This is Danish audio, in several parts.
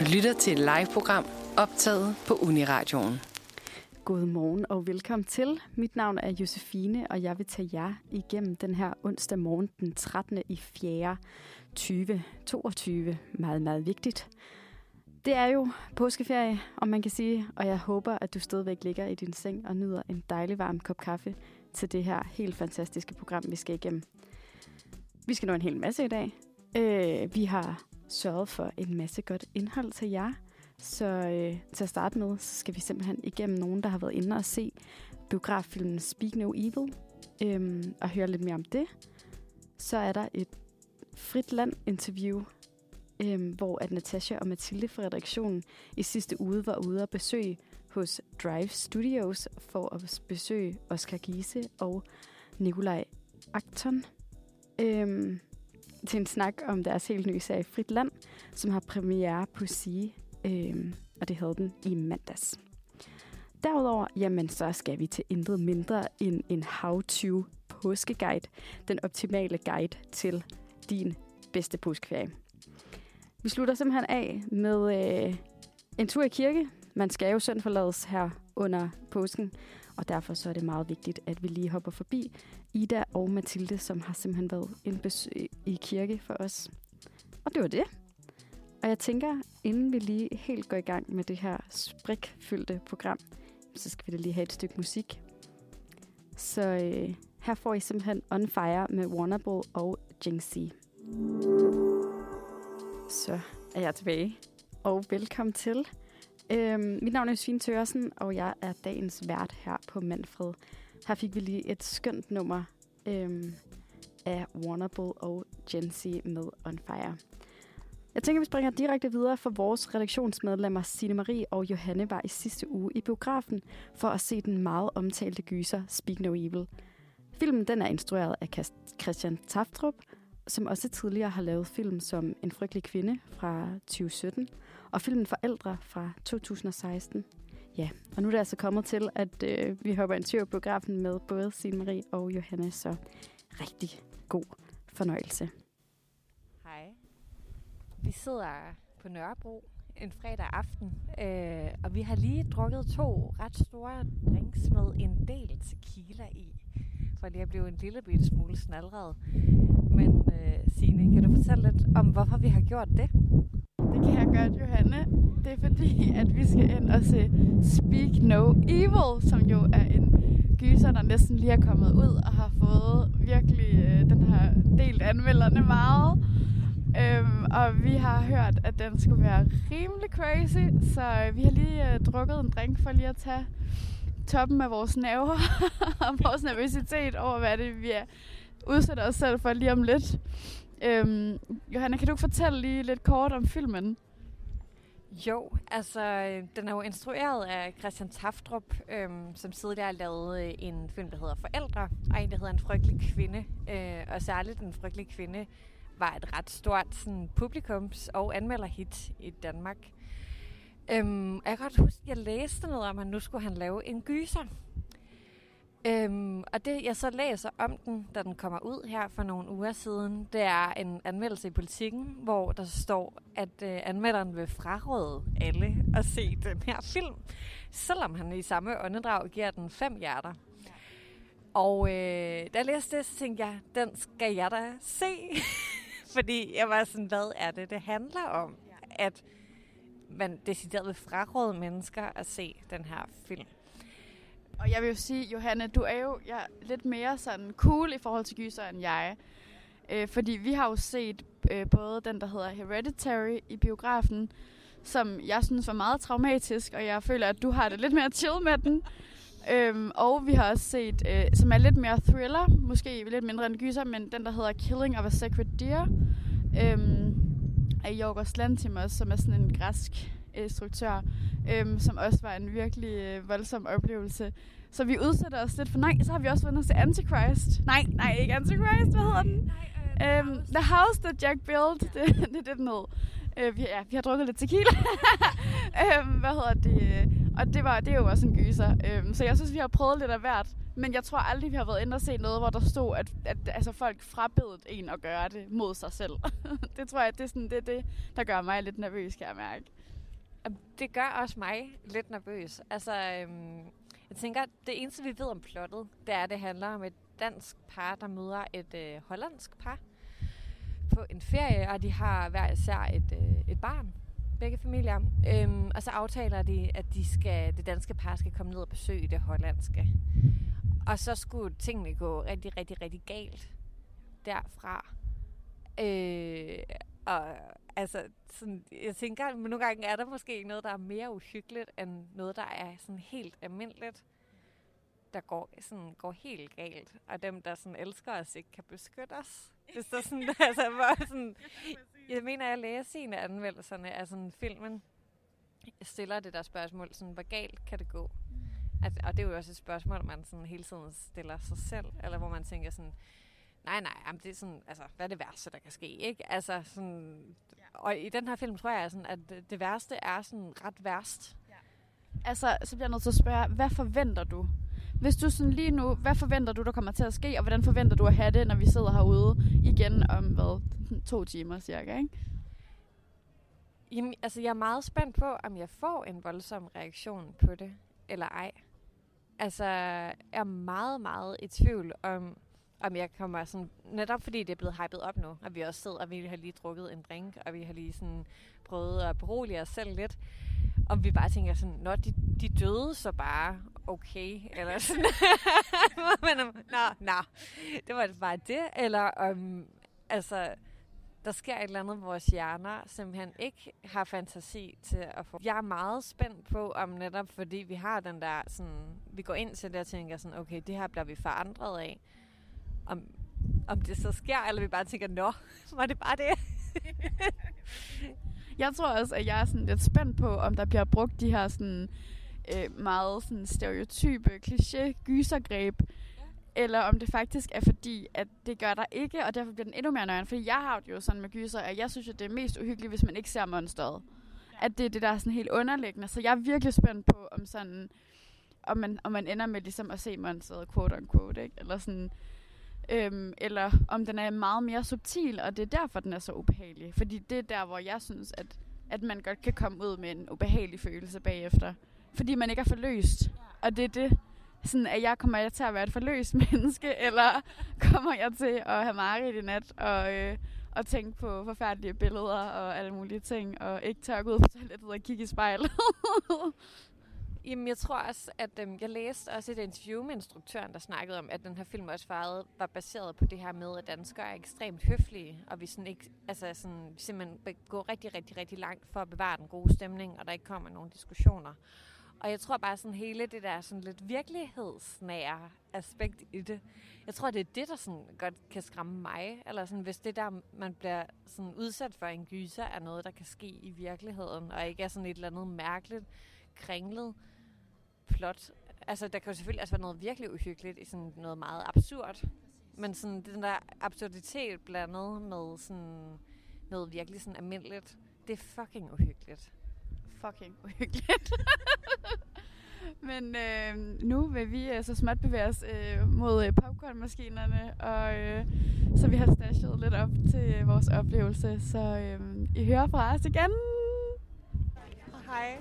Du lytter til et live-program optaget på Uniradioen. Godmorgen og velkommen til. Mit navn er Josefine, og jeg vil tage jer igennem den her onsdag morgen den 13. i 4. 2022. Meget, meget vigtigt. Det er jo påskeferie, om man kan sige, og jeg håber, at du stadigvæk ligger i din seng og nyder en dejlig varm kop kaffe til det her helt fantastiske program, vi skal igennem. Vi skal nå en hel masse i dag. Vi har sørget for en masse godt indhold til jer. Så til at starte med, så skal vi simpelthen igennem nogen, der har været inde og se biograffilmen Speak No Evil, og høre lidt mere om det. Så er der et Frit Land-interview, hvor at Natasha og Mathilde fra redaktionen i sidste uge var ude og besøge hos Drive Studios for at besøge Oscar Giese og Nikolaj Acton til en snak om deres helt nye serie Frit Land, som har premiere på Sige, og det havde den i mandags. Derudover, jamen, så skal vi til intet mindre end en how-to påskeguide, den optimale guide til din bedste påskeferie. Vi slutter simpelthen af med en tur i kirke. Man skal jo søndagsforlades her under påsken, og derfor så er det meget vigtigt, at vi lige hopper forbi Ida og Mathilde, som har simpelthen været en besøg i kirke for os. Og det var det. Og jeg tænker, inden vi lige helt går i gang med det her sprikfyldte program, så skal vi da lige have et stykke musik. Så her får I simpelthen On Fire med Warnable og Jinxie. Så er jeg tilbage, og velkommen til. Mit navn er Josefine Thøresen, og jeg er dagens vært her på Manfred. Her fik vi lige et skønt nummer af Warnable og Jinxie med On Fire. Jeg tænker, vi springer direkte videre, for vores redaktionsmedlemmer Signe Marie og Johanne var i sidste uge i biografen for at se den meget omtalte gyser Speak No Evil. Filmen den er instrueret af Christian Tafdrup, som også tidligere har lavet film som En frygtelig kvinde fra 2017 og filmen Forældre fra 2016. Ja, og nu er det altså kommet til, at vi hopper en tur i biografen med både Signe Marie og Johanne, så rigtig god fornøjelse. Hej. Vi sidder på Nørrebro en fredag aften, og vi har lige drukket 2 ret store drinks med en del tequila i, for lige at blive en lille bitte smule snalret. Men Signe, kan du fortælle lidt om, hvorfor vi har gjort det? Det kan jeg godt, Johanne. Det er fordi, at vi skal ind og se Speak No Evil, som jo er en gyser, der næsten lige er kommet ud og har fået virkelig den her delt anmelderne meget. Og vi har hørt, at den skulle være rimelig crazy, så vi har lige drukket en drink for lige at tage toppen af vores nerver og vores nervøsitet over, hvad det vi udsætter os selv for lige om lidt. Johanna, kan du fortælle lige lidt kort om filmen? Jo, altså den er jo instrueret af Christian Tafdrup, som tidligere har lavet en film, der hedder Forældre, og en, der hedder En frygtelig kvinde. Og særligt Den frygtelige kvinde var et ret stort sådan, publikums- og anmelderhit i Danmark. Jeg kan godt huske, at jeg læste noget om, at nu skulle han lave en gyser. Og det, jeg så læser om den, da den kommer ud her for nogle uger siden, det er en anmeldelse i Politiken, hvor der står, at anmelderen vil fraråde alle at se den her film, selvom han i samme åndedrag giver den 5 hjerter. Ja. Og da jeg læste det, så tænkte jeg, den skal jeg da se. Fordi jeg var sådan, hvad er det handler om? Ja. At man decideret vil fraråde mennesker at se den her film. Og jeg vil jo sige, Johanne, du er jo lidt mere sådan cool i forhold til gyser end jeg. Fordi vi har jo set både den, der hedder Hereditary i biografen, som jeg synes var meget traumatisk, og jeg føler, at du har det lidt mere chill med den. Og vi har også set, som er lidt mere thriller, måske lidt mindre end gyser, men den, der hedder Killing of a Sacred Deer, af Yorgos Lanthimos, som er sådan en græsk instruktør, som også var en virkelig voldsom oplevelse. Så vi udsætter os lidt for, så har vi også været til Antichrist. Nej, ikke Antichrist, hvad hedder den? The House That Jack Built, det er det, den hed. Vi har drukket lidt tequila. Og det er jo også en gyser. Så jeg synes, vi har prøvet lidt af hvert. Men jeg tror aldrig, vi har været inde og se noget, hvor der stod, at altså, folk frabedet en at gøre det mod sig selv. Det tror jeg, det er det, der gør mig lidt nervøs, kan jeg mærke. Det gør også mig lidt nervøs. Altså, jeg tænker, det eneste, vi ved om plottet, det er, at det handler om et dansk par, der møder et hollandsk par på en ferie, og de har hver især et barn, begge familier. Og så aftaler de, at det danske par skal komme ned og besøge det hollandske. Og så skulle tingene gå rigtig, rigtig, rigtig galt derfra. Og altså, sådan, jeg tænker, at nogle gange er der måske noget, der er mere uhyggeligt, end noget, der er sådan helt almindeligt, der går helt galt. Og dem, der sådan elsker os, ikke kan beskytte os. Hvis der sådan, altså, hvor sådan, jeg mener, jeg læser en af anmeldelserne af sådan filmen, stiller det der spørgsmål, sådan, hvor galt kan det gå? Og det er jo også et spørgsmål, man sådan hele tiden stiller sig selv, eller hvor man tænker sådan, nej, det er sådan, altså, hvad er det værste, der kan ske, ikke? Altså, sådan, og i den her film tror jeg, sådan, at det værste er sådan ret værst. Ja. Altså, så bliver jeg nødt til at spørge, hvad forventer du? Hvis du sådan lige nu, hvad forventer du, der kommer til at ske, og hvordan forventer du at have det, når vi sidder herude igen om, 2 timer cirka, ikke? Jamen, altså, jeg er meget spændt på, om jeg får en voldsom reaktion på det, eller ej. Altså, jeg er meget, meget i tvivl om jeg kommer sådan, netop fordi det er blevet hypet op nu, og vi også sidder, og vi har lige drukket en drink, og vi har lige sådan prøvet at berolige os selv lidt, om vi bare tænker sådan, nå, de døde så bare, okay, eller sådan, nå, det var bare det, eller altså, der sker et eller andet, vores hjerner simpelthen ikke har fantasi til at få. Jeg er meget spændt på, om netop fordi vi har den der sådan, vi går ind til det og tænker sådan, okay, det her bliver vi forandret af. Om det så sker, eller vi bare tænker, nå, var det bare det? Jeg tror også, at jeg er sådan lidt spændt på, om der bliver brugt de her sådan, meget sådan stereotype, kliché, gysergreb, eller om det faktisk er fordi, at det gør der ikke, og derfor bliver den endnu mere nøjeren. Fordi jeg har det jo sådan med gyser, at jeg synes, at det er mest uhyggeligt, hvis man ikke ser monsteret. Ja. At det er det, der er sådan helt underliggende. Så jeg er virkelig spændt på, om sådan, om man ender med ligesom at se monsteret, quote unquote, ikke? Eller sådan, eller om den er meget mere subtil, og det er derfor, den er så ubehagelig. Fordi det er der, hvor jeg synes, at man godt kan komme ud med en ubehagelig følelse bagefter. Fordi man ikke er forløst. Og det er det, sådan, at kommer jeg til at være et forløst menneske, eller kommer jeg til at have mareridt i nat, og tænke på forfærdelige billeder og alle mulige ting, og ikke tør gå ud på toilettet og kigge i spejlet. Jamen, jeg tror også, at jeg læste også et interview med instruktøren, der snakkede om, at den her film også var baseret på det her med, at danskere er ekstremt høflige, og vi sådan ikke, altså sådan, simpelthen går rigtig, rigtig, rigtig langt for at bevare den gode stemning, og der ikke kommer nogen diskussioner. Og jeg tror bare sådan hele det der sådan lidt virkelighedsnære aspekt i det, jeg tror, det er det, der sådan godt kan skræmme mig. Eller sådan, hvis det der, man bliver sådan udsat for en gyser, er noget, der kan ske i virkeligheden, og ikke er sådan et eller andet mærkeligt, kringlet plot. Altså, der kan jo selvfølgelig også være noget virkelig uhyggeligt i sådan noget meget absurd. Men sådan den der absurditet blandet med sådan noget virkelig sådan almindeligt, det er fucking uhyggeligt. Fucking uhyggeligt. Men nu vil vi så småt bevæge os mod popcornmaskinerne, og så vi har stashet lidt op til vores oplevelse. Så I hører fra os igen. Hej.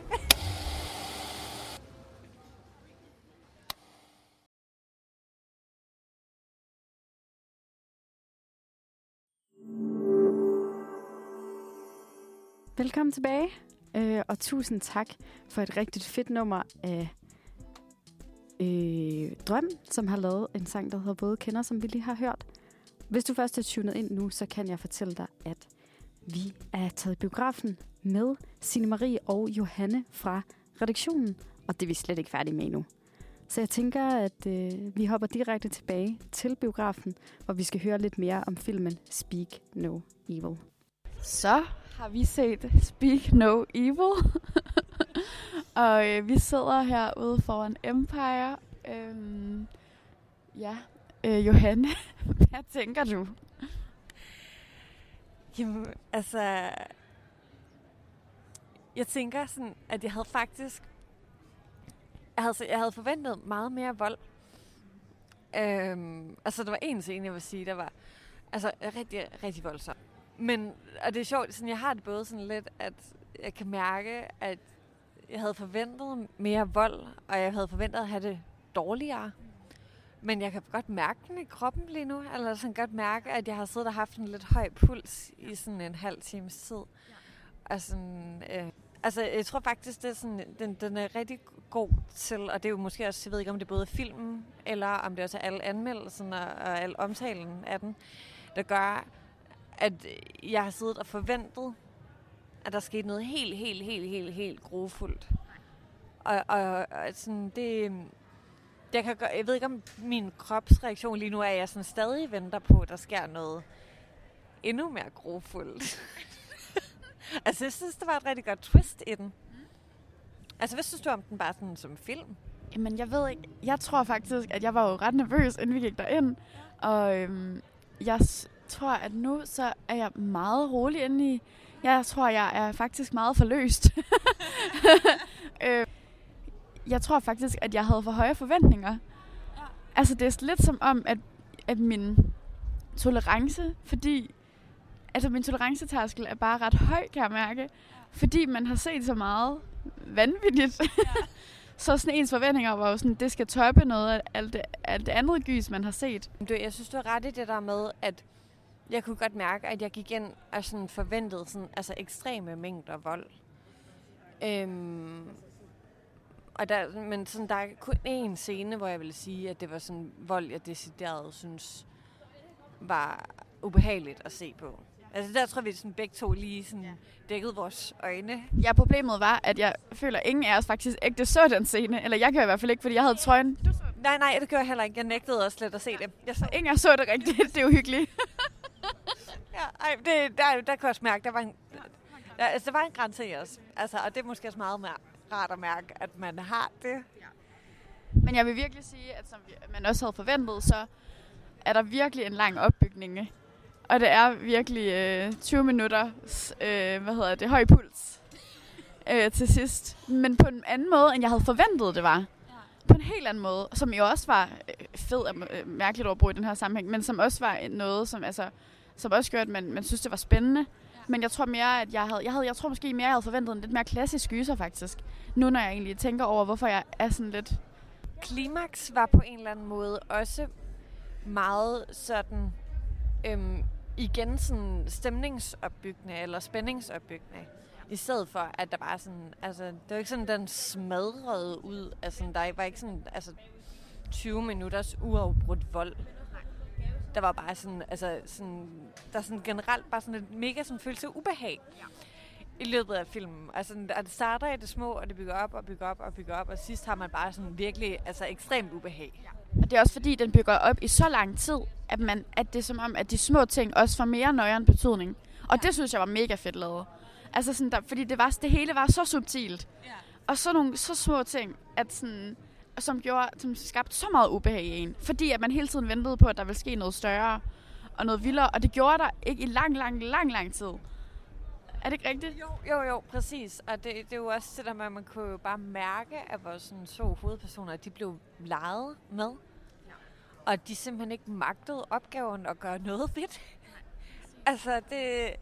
Velkommen tilbage, og tusind tak for et rigtig fedt nummer af Drøm, som har lavet en sang, der hedder Både Kender, som vi lige har hørt. Hvis du først er tunet ind nu, så kan jeg fortælle dig, at vi er taget i biografen med Signe Marie og Johanne fra redaktionen, og det er vi slet ikke færdige med endnu. Så jeg tænker, at vi hopper direkte tilbage til biografen, hvor vi skal høre lidt mere om filmen Speak No Evil. Så har vi set Speak No Evil, og vi sidder herude foran Empire. Johanne, hvad tænker du? Jamen, altså, jeg tænker sådan, at jeg havde faktisk Jeg havde forventet meget mere vold. Altså, der var en scene, jeg vil sige, der var altså rigtig, rigtig voldsom. Men, og det er sjovt, sådan, jeg har det både sådan lidt, at jeg kan mærke, at jeg havde forventet mere vold, og jeg havde forventet at have det dårligere. Men jeg kan godt mærke den i kroppen lige nu, eller sådan godt mærke, at jeg har siddet og haft en lidt høj puls i sådan en halv times tid. Og sådan, altså, jeg tror faktisk, det er sådan, den er rigtig god til, og det er jo måske også, jeg ved ikke, om det er både filmen, eller om det også er alle anmeldelsen og al omtalen af den, der gør, at jeg har siddet og forventet, at der skete noget helt grufuldt. Og sådan, det... Jeg ved ikke, om min kropsreaktion lige nu er, at jeg sådan stadig venter på, at der sker noget endnu mere grufuldt. Altså, jeg synes, det var et rigtig godt twist i den. Altså, hvad synes du om den bare sådan som film? Jamen, jeg ved ikke. Jeg tror faktisk, at jeg var jo ret nervøs, inden vi gik derind. Og jeg tror, at nu så er jeg meget rolig inde i... Jeg tror, jeg er faktisk meget forløst. Jeg tror faktisk, at jeg havde for høje forventninger. Ja. Altså, det er lidt som om, at min tolerance, fordi... Altså, min tolerancetærskel er bare ret høj, kan jeg mærke. Ja. Fordi man har set så meget vanvittigt. Ja. Så sådan ens forventninger var jo sådan, det skal toppe noget af alt det andet gys, man har set. Jeg synes, du er ret i det der med, at jeg kunne godt mærke, at jeg gik ind og sådan forventede sådan, altså ekstreme mængder vold. Men sådan, der er kun én scene, hvor jeg vil sige, at det var sådan vold, jeg decideret synes var ubehageligt at se på. Altså der tror vi sådan begge to lige sådan dækkede vores øjne. Ja, problemet var, at jeg føler, at ingen af os faktisk ægte så den scene. Eller jeg gør i hvert fald ikke, fordi jeg havde trøjen. Nej, det gjorde jeg heller ikke. Jeg nægtede også lidt at se det. Jeg så ingen af os så det rigtigt. Det er jo hyggeligt. Der kunne jeg også mærke, der var en grænse i os. Altså, og det er måske også meget mere rart at mærke, at man har det. Ja. Men jeg vil virkelig sige, at som man også havde forventet, så er der virkelig en lang opbygning. Og det er virkelig 20 minutter, høj puls til sidst. Men på en anden måde, end jeg havde forventet, det var. Ja. På en helt anden måde, som jo også var fed og mærkeligt overbrug i den her sammenhæng, men som også var noget, som også gjorde, at man synes, det var spændende. Ja. Men jeg tror mere, at jeg tror måske mere, jeg havde forventet en lidt mere klassisk gyser, faktisk. Nu, når jeg egentlig tænker over, hvorfor jeg er sådan lidt... Klimaks var på en eller anden måde også meget sådan... igen sådan stemningsopbyggende eller spændingsopbyggende. I stedet for, at der var sådan, altså, det var ikke sådan, den smadrede ud. Altså, der var ikke sådan, altså, 20 minutters uafbrudt vold. Der var bare sådan, altså, sådan, der sådan generelt bare sådan et mega sådan følelse af ubehag i løbet af filmen. Altså, at det starter i det små, og det bygger op, og sidst har man bare sådan virkelig, altså, ekstremt ubehag. Og det er også fordi, den bygger op i så lang tid, at det er som om, at de små ting også får mere nøjeren betydning. Og det synes jeg var mega fedt lavet. Altså sådan fordi det hele var så subtilt. Ja. Og så nogle så små ting, som skabte så meget ubehag i en. Fordi at man hele tiden ventede på, at der ville ske noget større og noget vildere. Og det gjorde der ikke i lang tid. Er det ikke rigtigt? Jo, præcis. Og det er jo også det der med, at man kunne jo bare mærke, at vores sådan, to hovedpersoner, de blev leget med. Ja. Og de simpelthen ikke magtede opgaven at gøre noget ved det. Altså, det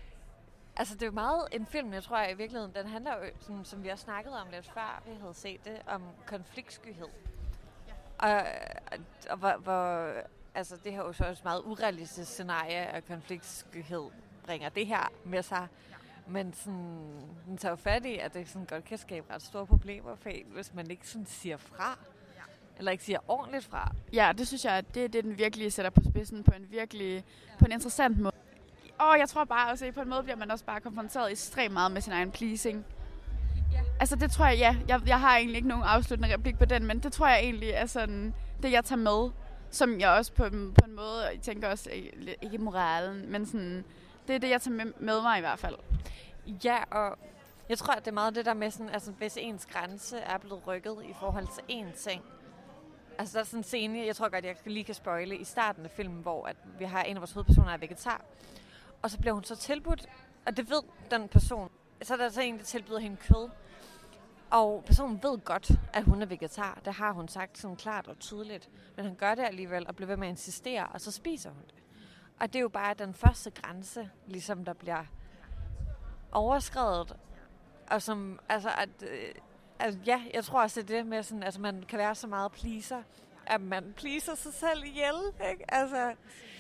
er jo meget en film, jeg tror i virkeligheden, den handler jo, som vi har snakket om lidt før, vi havde set det, om konfliktskyhed. Ja. Og hvor altså, det her er jo så også meget urealistisk scenarie af konfliktskyhed bringer det her med sig. Ja. Men sådan, den tager jo fat i, at det sådan godt kan skabe ret store problemer for en, hvis man ikke sådan siger fra. Ja. Eller ikke siger ordentligt fra. Ja, det synes jeg, at det er det, den virkelig sætter på spidsen på på en interessant måde. Jeg tror bare også, at på en måde bliver man også bare konfronteret ekstremt meget med sin egen pleasing. Ja. Altså det tror jeg har egentlig ikke nogen afsluttende replik på den, men det tror jeg egentlig er sådan, det jeg tager med, som jeg også på en måde, jeg tænker også, ikke moralen, men sådan, det er det, jeg tager med mig i hvert fald. Ja, og jeg tror, at det er meget det der med, sådan, altså, hvis ens grænse er blevet rykket i forhold til én ting. Altså der er sådan en scene, jeg tror godt, jeg lige kan spoile, i starten af filmen, hvor at vi har en af vores hovedpersoner er vegetar. Og så bliver hun så tilbudt, og det ved den person. Så er der så en, der tilbyder hende kød. Og personen ved godt, at hun er vegetar. Det har hun sagt sådan klart og tydeligt. Men han gør det alligevel og bliver ved med at insistere, og så spiser hun det. Og det er jo bare den første grænse, ligesom der bliver overskredet. Og som, ja, jeg tror også, det er det med, sådan, altså man kan være så meget pleaser, at man pleaser sig selv ihjel, ikke? Altså.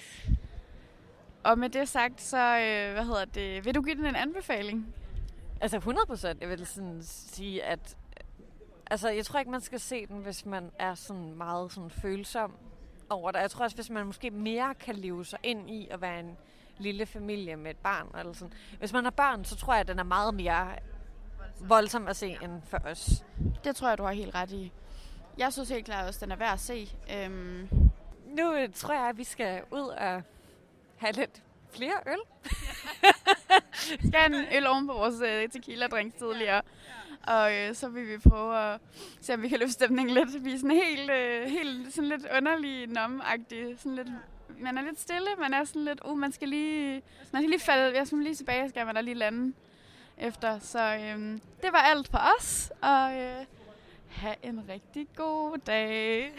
Og med det sagt, så vil du give den en anbefaling? Altså 100%. Jeg vil sådan sige, at altså, jeg tror ikke, man skal se den, hvis man er sådan meget sådan følsom over det. Jeg tror også, hvis man måske mere kan leve sig ind i at være en lille familie med et barn. Eller sådan. Hvis man har børn, så tror jeg, at den er meget mere voldsom at se end for os. Det tror jeg, du har helt ret i. Jeg synes helt klart også, at den er værd at se. Nu tror jeg, at vi skal ud og have lidt flere øl. Skal have en øl oven på vores tequila-drink tidligere. Og så vil vi prøve at se, om vi kan løfte stemningen lidt. Vi er sådan helt sådan lidt underlig, numb-agtig. Sådan lidt, man er lidt stille, man er sådan lidt, man skal lige falde, jeg skal lige tilbage, skal man da lige lande efter. Så det var alt for os, og have en rigtig god dag.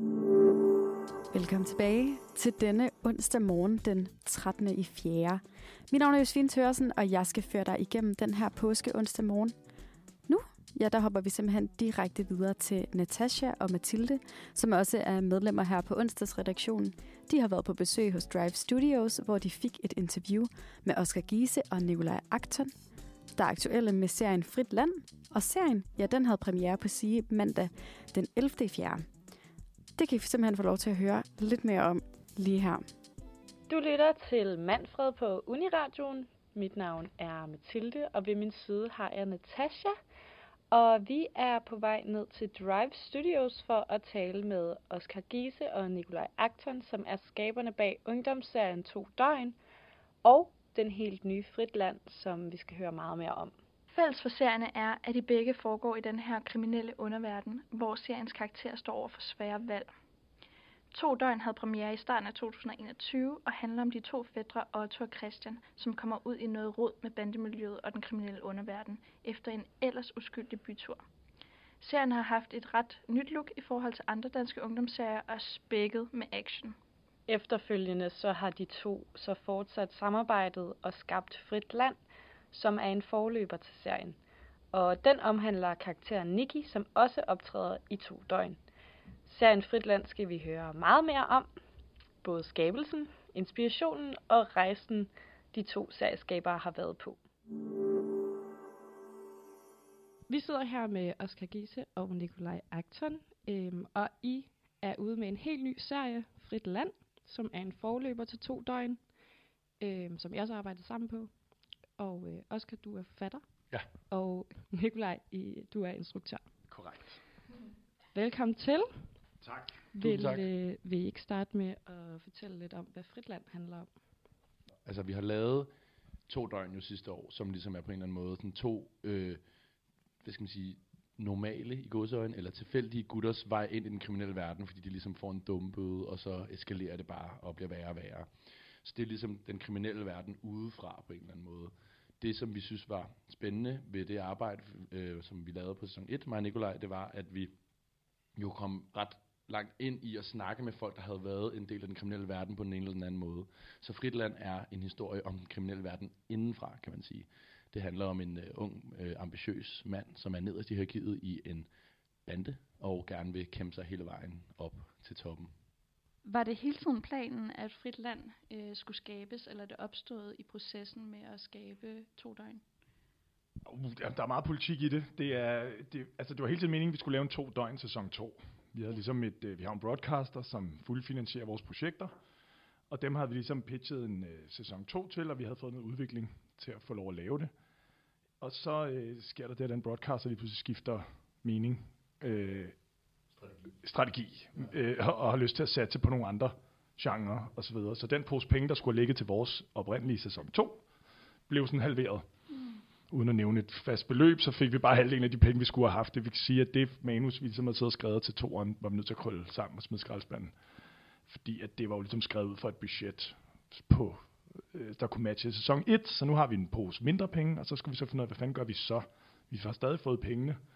Velkommen tilbage til denne onsdag morgen den 13. i 4. Mit navn er Josefine Thørsen, og jeg skal føre dig igennem den her påske onsdag morgen. Nu, ja, der hopper vi simpelthen direkte videre til Natasha og Mathilde, som også er medlemmer her på onsdagsredaktionen. De har været på besøg hos Drive Studios, hvor de fik et interview med Oscar Giese og Nikolaj Akton, der er aktuelle med serien Frit Land. Og serien, ja, den havde premiere på Sige mandag den 11. i 4. Det kan I simpelthen få lov til at høre lidt mere om lige her. Du lytter til Manfred på Uniradioen. Mit navn er Mathilde, og ved min side har jeg Natasha. Og vi er på vej ned til Drive Studios for at tale med Oscar Giese og Nikolaj Akton, som er skaberne bag ungdomsserien 2 døgn, og den helt nye Frit Land, som vi skal høre meget mere om. Fælles for serierne er, at de begge foregår i den her kriminelle underverden, hvor seriens karakter står over for svære valg. 2 døgn havde premiere i starten af 2021 og handler om de 2 fætre Otto og Christian, som kommer ud i noget rod med bandemiljøet og den kriminelle underverden efter en ellers uskyldig bytur. Serien har haft et ret nyt look i forhold til andre danske ungdomsserier og er spækket med action. Efterfølgende så har de to så fortsat samarbejdet og skabt Frit Land, som er en forløber til serien. Og den omhandler karakteren Nikki, som også optræder i 2 døgn. Serien Frit Land skal vi høre meget mere om. Både skabelsen, inspirationen og rejsen, de 2 serieskabere har været på. Vi sidder her med Oscar Giese og Nikolaj Akton, og I er ude med en helt ny serie, Frit Land, som er en forløber til 2 døgn, som I også har arbejdet sammen på. Og Oscar, du er forfatter. Ja. Og Nikolaj, du er instruktør. Korrekt. Velkommen til. Tak. Vil I ikke starte med at fortælle lidt om, hvad Frit Land handler om? Altså, vi har lavet 2 døgn jo sidste år, som ligesom er på en eller anden måde sådan 2, normale i gåseøjne, eller tilfældige gutters vej ind i den kriminelle verden, fordi de ligesom får en dumbøde, og så eskalerer det bare og bliver værre og værre. Så det er ligesom den kriminelle verden udefra på en eller anden måde. Det, som vi synes var spændende ved det arbejde, som vi lavede på sæson 1, mig og Nikolaj, det var, at vi jo kom ret langt ind i at snakke med folk, der havde været en del af den kriminelle verden på den ene eller den anden måde. Så Frit Land er en historie om den kriminelle verden indenfra, kan man sige. Det handler om en ung, ambitiøs mand, som er nederst i hierarkiet i en bande, og gerne vil kæmpe sig hele vejen op til toppen. Var det hele tiden planen, at Frit Land skulle skabes, eller det opstod i processen med at skabe 2 døgn? Der er meget politik i det. Det var hele tiden meningen, at vi skulle lave en 2 døgn sæson 2. Vi havde ligesom vi har en broadcaster, som fuldfinansierer vores projekter, og dem havde vi ligesom pitchet en sæson 2 til, og vi havde fået noget udvikling til at få lov at lave det. Og så sker der det, at den broadcaster lige pludselig skifter mening, strategi og har lyst til at satse på nogle andre genrer osv. Så den pose penge, der skulle ligge til vores oprindelige sæson 2, blev sådan halveret. Uden at nævne et fast beløb, så fik vi bare halvdelen af de penge, vi skulle have haft. Det vil sige, at det manus, vi ligesom havde siddet og skrevet til 2'eren, var vi nødt til at krølle sammen og smide skraldespanden. Fordi at det var jo ligesom skrevet ud for et budget, der kunne matche sæson 1, så nu har vi en pose mindre penge, og så skal vi så finde ud af, hvad fanden gør vi så? Vi har stadig fået pengene,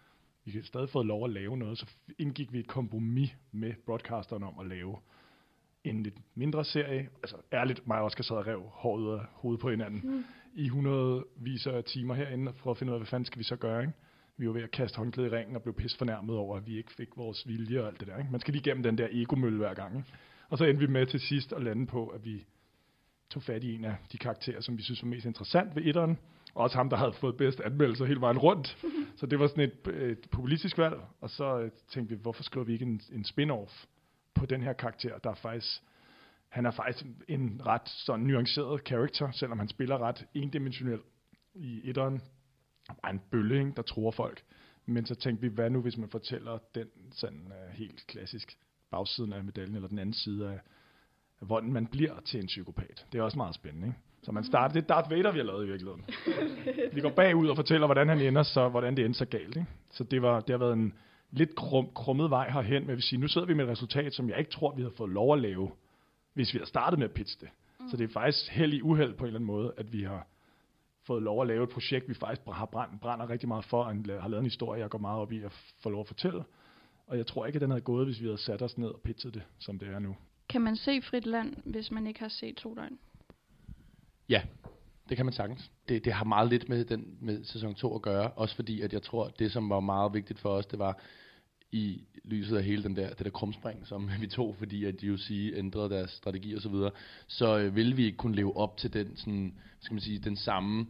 vi havde stadig fået lov at lave noget, så indgik vi et kompromis med broadcasteren om at lave en lidt mindre serie. Altså ærligt, mig og Oscar sad og rev håret ud af hovedet på hinanden i 100-vis af timer herinde, for at finde ud af, hvad fanden skal vi så gøre, ikke? Vi var ved at kaste håndklæde i ringen og blev pisse fornærmet over, at vi ikke fik vores vilje og alt det der, ikke? Man skal lige igennem den der egomølle hver gang, ikke? Og så endte vi med til sidst at lande på, at vi tog fat i en af de karakterer, som vi synes var mest interessant ved etteren. Og også ham, der havde fået bedst anmeldelser hele vejen rundt. Så det var sådan et populistisk valg. Og så tænkte vi, hvorfor skriver vi ikke en spin-off på den her karakter, der er faktisk... Han er faktisk en ret sådan nuanceret karakter, selvom han spiller ret endimensionel i etteren. Bare en bølle, ikke, der tror folk. Men så tænkte vi, hvad nu, hvis man fortæller den sådan helt klassisk bagsiden af medaljen, eller den anden side af, hvordan man bliver til en psykopat. Det er også meget spændende, ikke? Så man starter, det er Darth Vader, vi har lavet i virkeligheden. Vi går bagud og fortæller, hvordan han ender, så hvordan det ender så galt, ikke? Så det har været en lidt krummet vej herhen, men jeg vil sige, nu sidder vi med et resultat, som jeg ikke tror, vi havde fået lov at lave, hvis vi havde startet med at pitche det. Så det er faktisk held i uheld på en eller anden måde, at vi har fået lov at lave et projekt, vi faktisk brænder rigtig meget for, og har lavet en historie, jeg går meget op i at få lov at fortælle. Og jeg tror ikke, at den havde gået, hvis vi havde sat os ned og pitchet det, som det er nu. Kan man se Frit Land, hvis man ikke har set 2 døgn? Ja, det kan man sagtens. Det har meget lidt med sæson 2 at gøre, også fordi, at jeg tror, det som var meget vigtigt for os, det var i lyset af hele det der krumspring, som vi tog, fordi at UFC ændrede deres strategi og så videre, så ville vi ikke kunne leve op til den, sådan, skal man sige, den samme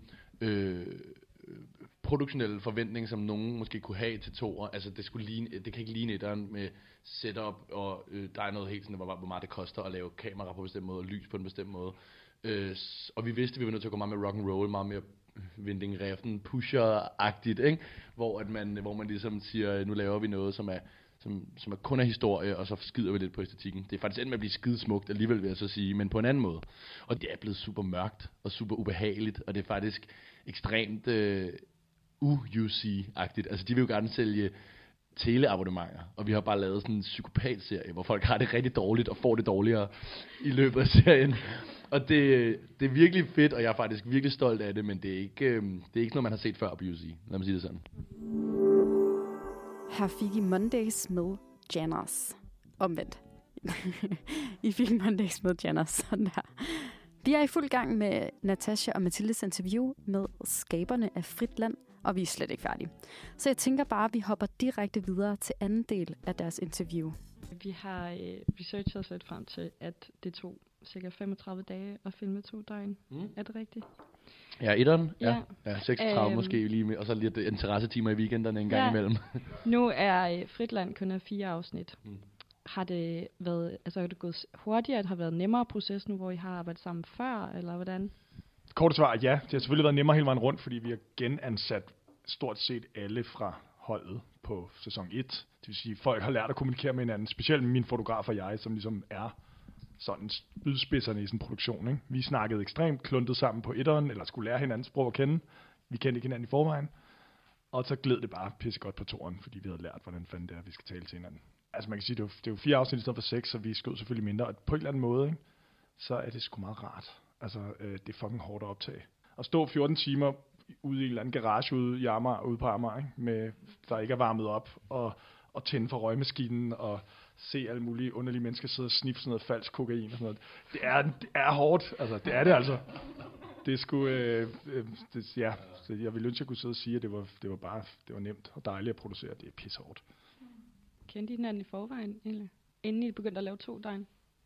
produktionelle forventning, som nogen måske kunne have til toer. Altså det kan ikke ligne etteren med setup, og der er noget helt sådan, hvor meget det koster at lave kamera på en bestemt måde, og lys på en bestemt måde. Og vi vidste, at vi var nødt til at gå meget med rock and roll, meget mere Winding Refn, pusher-agtigt, ikke? Hvor man ligesom siger, nu laver vi noget, som er kun af historie, og så skider vi lidt på æstetikken. Det er faktisk endt med at blive skidesmukt alligevel, vil jeg så sige, men på en anden måde. Og det er blevet super mørkt og super ubehageligt, og det er faktisk ekstremt UC-agtigt. Altså de vil jo gerne sælge teleabonnementer, og vi har bare lavet sådan en psykopat-serie, hvor folk har det rigtig dårligt og får det dårligere i løbet af serien. Og det er virkelig fedt, og jeg er faktisk virkelig stolt af det, men det er ikke noget, man har set før på UC. Lad mig sige det sådan. Her fik I Mondays med Janos. Omvendt. I fik Mondays med Janos. Sådan der. Vi er i fuld gang med Natasha og Mathildes interview med skaberne af Frit Land, og vi er slet ikke færdige. Så jeg tænker bare, at vi hopper direkte videre til anden del af deres interview. Vi har researchet os lidt frem til, at det tog cirka 35 dage at filme 2 døgn. Er det rigtigt? Ja, etteren. Ja 36 måske lige med, og så lidt interessetimer i weekenderne en gang imellem. Nu er Frit Land kun af 4 afsnit. Har det været, altså er det gået hurtigere, at det har været nemmere proces nu, hvor I har arbejdet sammen før, eller hvordan? Kort svar, ja. Det har selvfølgelig været nemmere hele vejen rundt, fordi vi har genansat stort set alle fra holdet på sæson 1. Det vil sige, folk har lært at kommunikere med hinanden, specielt min fotograf og jeg, som ligesom er sådan spydspidserne i sådan en produktion, ikke? Vi snakkede ekstremt kluntet sammen på etteren, eller skulle lære hinandens sprog at kende. Vi kendte ikke hinanden i forvejen. Og så gled det bare pissegodt på toeren, fordi vi havde lært, hvordan fanden det er, vi skal tale til hinanden. Altså man kan sige, det er jo 4 afsnit i stedet for 6, så vi skød selvfølgelig mindre. Og på en eller anden måde, ikke, så er det sgu meget rart. Altså det er fucking hårdt at optage. At stå 14 timer ude i en eller anden garage ude i Amager, ude på Amager, ikke, med, der ikke er varmet op, og tænde for røgmaskinen, og se alle mulige underlige mennesker sidde og sniffe sådan noget falsk kokain og sådan noget. Det er hårdt, altså det er det altså. Det er sgu, ja, så jeg ville ønske, at jeg kunne sidde og sige, at det var nemt og dejligt at producere. Det er pissehårdt. Kendte I hinanden i forvejen egentlig, inden I begyndte at lave 2 døgn?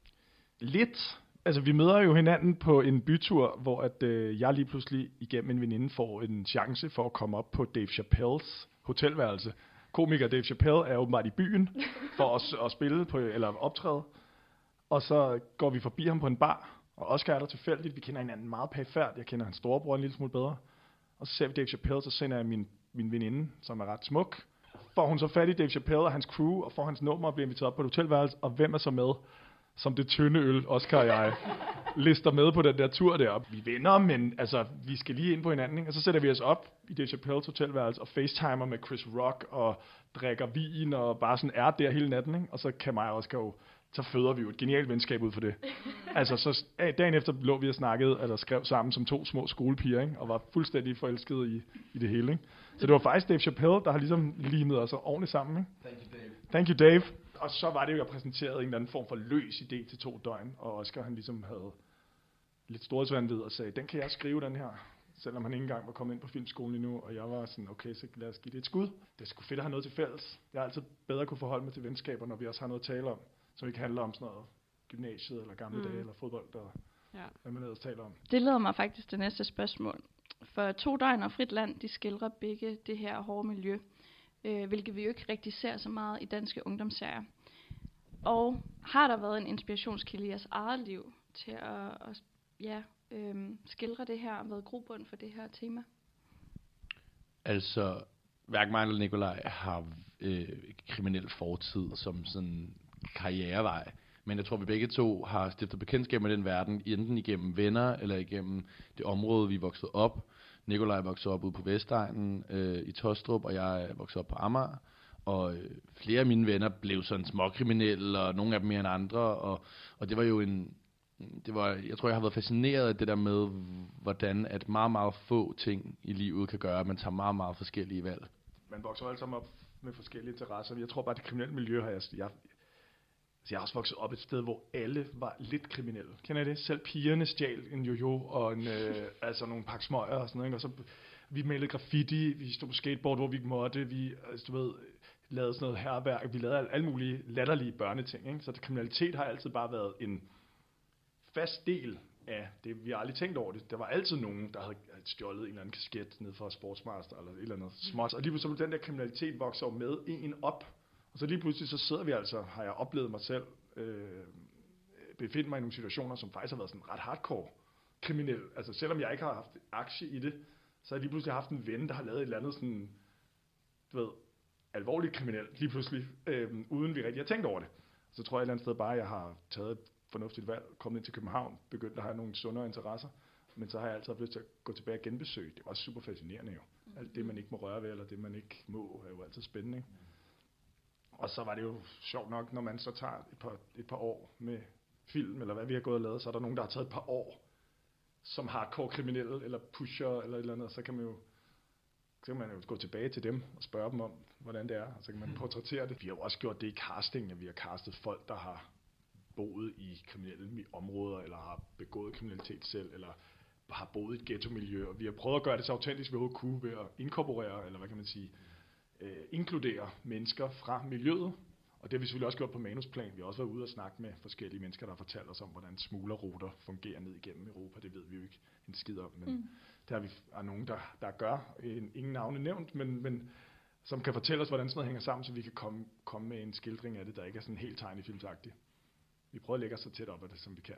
Lidt. Altså, vi møder jo hinanden på en bytur, hvor at, jeg lige pludselig igennem en veninde får en chance for at komme op på Dave Chappelles hotelværelse. Komiker Dave Chappelle er åbenbart i byen for at spille på, eller optræde. Og så går vi forbi ham på en bar, og Oscar er der tilfældigt. Vi kender hinanden meget perifært. Jeg kender hans storebror en lille smule bedre. Og så ser vi Dave Chappelle, så sender jeg min veninde, som er ret smuk. Får hun så fat i Dave Chappelle og hans crew, og får hans nummer og bliver inviteret op på et hotelværelse. Og hvem er så med? Som det tynde øl, Oscar og jeg lister med på den der tur deroppe. Vi vinder, men altså, vi skal lige ind på hinanden, ikke? Og så sætter vi os op i Dave Chappelles hotelværelse og facetimer med Chris Rock og drikker vin og bare sådan er der hele natten, ikke? Og så kan mig og Oscar jo så føder vi jo et genialt venskab ud for det. Altså, så dagen efter lå vi og snakkede, eller skrev sammen som 2 små skolepiger, ikke? Og var fuldstændig forelskede i det hele. Ikke? Så det var faktisk Dave Chappelle, der har ligesom limet os ordentligt sammen. Ikke? Thank you, Dave. Og så var det jo, jeg præsenterede en eller anden form for løs idé til 2 døgn, og Oscar han ligesom havde lidt storhedsvanvid og sagde, den kan jeg skrive, den her. Selvom han ikke engang var kommet ind på filmskolen endnu, og jeg var sådan, okay, så lad os give det et skud. Det er sgu fedt at have noget til fælles. Jeg har altid bedre kunne forholde mig til venskaber, når vi også har noget at tale om, som ikke handler om sådan noget gymnasiet, eller gamle dage, eller fodbold, hvad man ellers taler om. Det leder mig faktisk til næste spørgsmål. For 2 døgn og Frit Land, de skildrer begge det her hårde miljø, hvilket vi jo ikke rigtig ser så meget i danske ungdomsserier. Og har der været en inspirationskilde i jeres eget liv til at skildre det her og været grobund for det her tema? Altså, hverken mig eller Nikolaj har kriminel fortid som sådan karrierevej. Men jeg tror, vi begge to har stiftet bekendtskab med den verden, enten igennem venner eller igennem det område, vi er vokset op. Nikolaj voksede op ude på Vestegnen i Tostrup, og jeg er vokset op på Amager. Og flere af mine venner blev sådan småkriminelle, og nogle af dem mere end andre. Og det var jo jeg tror, jeg har været fascineret af det der med, hvordan at meget, meget få ting i livet kan gøre, at man tager meget, meget forskellige valg. Man vokser alle sammen op med forskellige interesser. Jeg tror bare, at det kriminelle miljø har jeg har også vokset op et sted, hvor alle var lidt kriminelle. Kender I det? Selv pigerne stjal en jojo og altså nogle pakke smøger og sådan noget. Ikke? Og så vi malede graffiti, vi stod på skateboard, hvor vi måtte, vi lavede sådan noget hærværk, vi lavede alle mulige latterlige børneting. Ikke? Så kriminalitet har altid bare været en fast del af det. Vi har aldrig tænkt over det. Der var altid nogen, der havde stjålet en eller anden kasket ned fra Sportsmaster eller et eller andet småt. Og lige pludselig den der kriminalitet vokser med en op. Og så lige pludselig så sidder vi altså, har jeg oplevet mig selv, befinde mig i nogle situationer, som faktisk har været sådan ret hardcore kriminel. Altså selvom jeg ikke har haft aktie i det, så har jeg lige pludselig haft en ven, der har lavet et eller andet sådan, alvorligt kriminelt lige pludselig, uden vi rigtig har tænkt over det. Så tror jeg et eller andet sted bare, at jeg har taget et fornuftigt valg, kommet ind til København, begyndt at have nogle sundere interesser, men så har jeg altid haft lyst til at gå tilbage og genbesøge. Det var super fascinerende jo. Alt det, man ikke må røre ved, eller det, man ikke må, er jo altid spændende, ikke? Og så var det jo sjovt nok, når man så tager et par år med film, eller hvad vi har gået og lavet, så er der nogen, der har taget et par år, som hardcore kriminelle, eller pusher, eller et eller andet, så kan man jo gå tilbage til dem og spørge dem om, hvordan det er, og så kan man portrættere det. Vi har jo også gjort det i casting, at vi har castet folk, der har boet i kriminelle områder, eller har begået kriminalitet selv, eller har boet i et ghetto-miljø, og vi har prøvet at gøre det så autentisk, vi overhovedet kunne, ved at inkorporere, eller hvad kan man sige, inkludere mennesker fra miljøet, og det har vi selvfølgelig også gjort på manusplan. Vi har også været ude og snakke med forskellige mennesker, der har fortalt os om, hvordan smuglerruter fungerer ned igennem Europa. Det ved vi jo ikke en skid om, men der er nogen, der gør, ingen navne nævnt, men som kan fortælle os, hvordan sådan noget hænger sammen, så vi kan komme med en skildring af det, der ikke er sådan helt tegnefilmsagtigt. Vi prøver at lægge os så tæt op af det, som vi kan.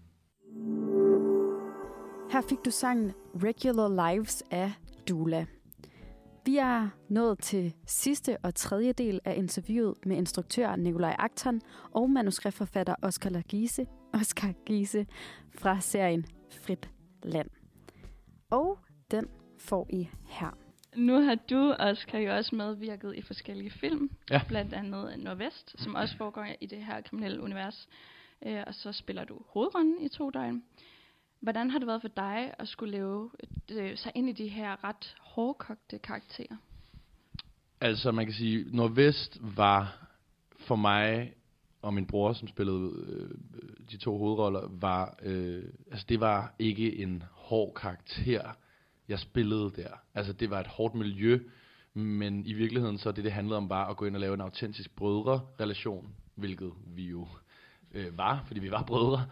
Her fik du sangen Regular Lives af Dula. Vi er nået til sidste og tredje del af interviewet med instruktør Nikolaj Akton og manuskriptforfatter Oscar Giese fra serien Frit Land. Og den får I her. Nu har du, Oscar, jo også medvirket i forskellige film, blandt andet Nordvest, som også foregår i det her kriminelle univers. Og så spiller du hovedrollen i 2 døgn. Hvordan har det været for dig at skulle leve sig ind i de her ret hårdkogte karakterer? Altså man kan sige, Nordvest var for mig og min bror, som spillede de 2 hovedroller, det var ikke en hård karakter, jeg spillede der. Altså det var et hårdt miljø, men i virkeligheden så det handlede om bare at gå ind og lave en autentisk brødre-relation, hvilket vi jo var, fordi vi var brødre.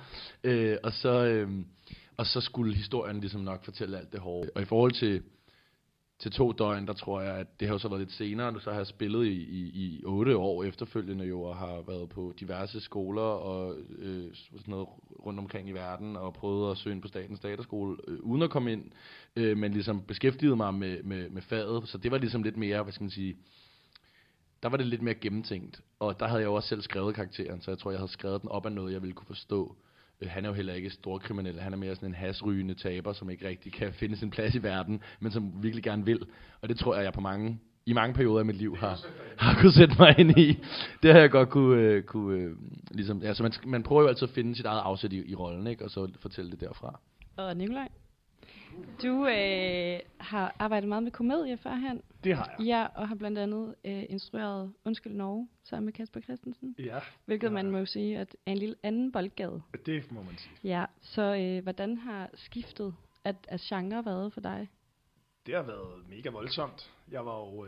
Og så skulle historien ligesom nok fortælle alt det hårde. Og i forhold til 2 døgn, der tror jeg, at det har jo så været lidt senere. Så har jeg spillet i 8 år efterfølgende jo, og har været på diverse skoler og sådan noget rundt omkring i verden, og prøvet at søge ind på Statens Teaterskole, uden at komme ind, men ligesom beskæftigede mig med faget. Så det var ligesom lidt mere, hvad skal man sige, der var det lidt mere gennemtænkt. Og der havde jeg jo også selv skrevet karakteren, så jeg tror, jeg havde skrevet den op af noget, jeg ville kunne forstå. Han er jo heller ikke storkriminel, han er mere sådan en hasrygende taber, som ikke rigtig kan finde sin plads i verden, men som virkelig gerne vil. Og det tror jeg på mange i mange perioder af mit liv har kunne sætte mig ind i. Det har jeg godt kunne ligesom, altså man prøver jo altid at finde sit eget afsæt i rollen, ikke? Og så fortælle det derfra. Og Nikolaj, du har arbejdet meget med komedie førhen. Det har jeg. Ja, og har blandt andet instrueret Undskyld Norge sammen med Kasper Christensen. Ja. Hvilket man må sige at er en lille anden boldgade. Det må man sige. Ja, så hvordan har skiftet af genre været for dig? Det har været mega voldsomt. Jeg var jo,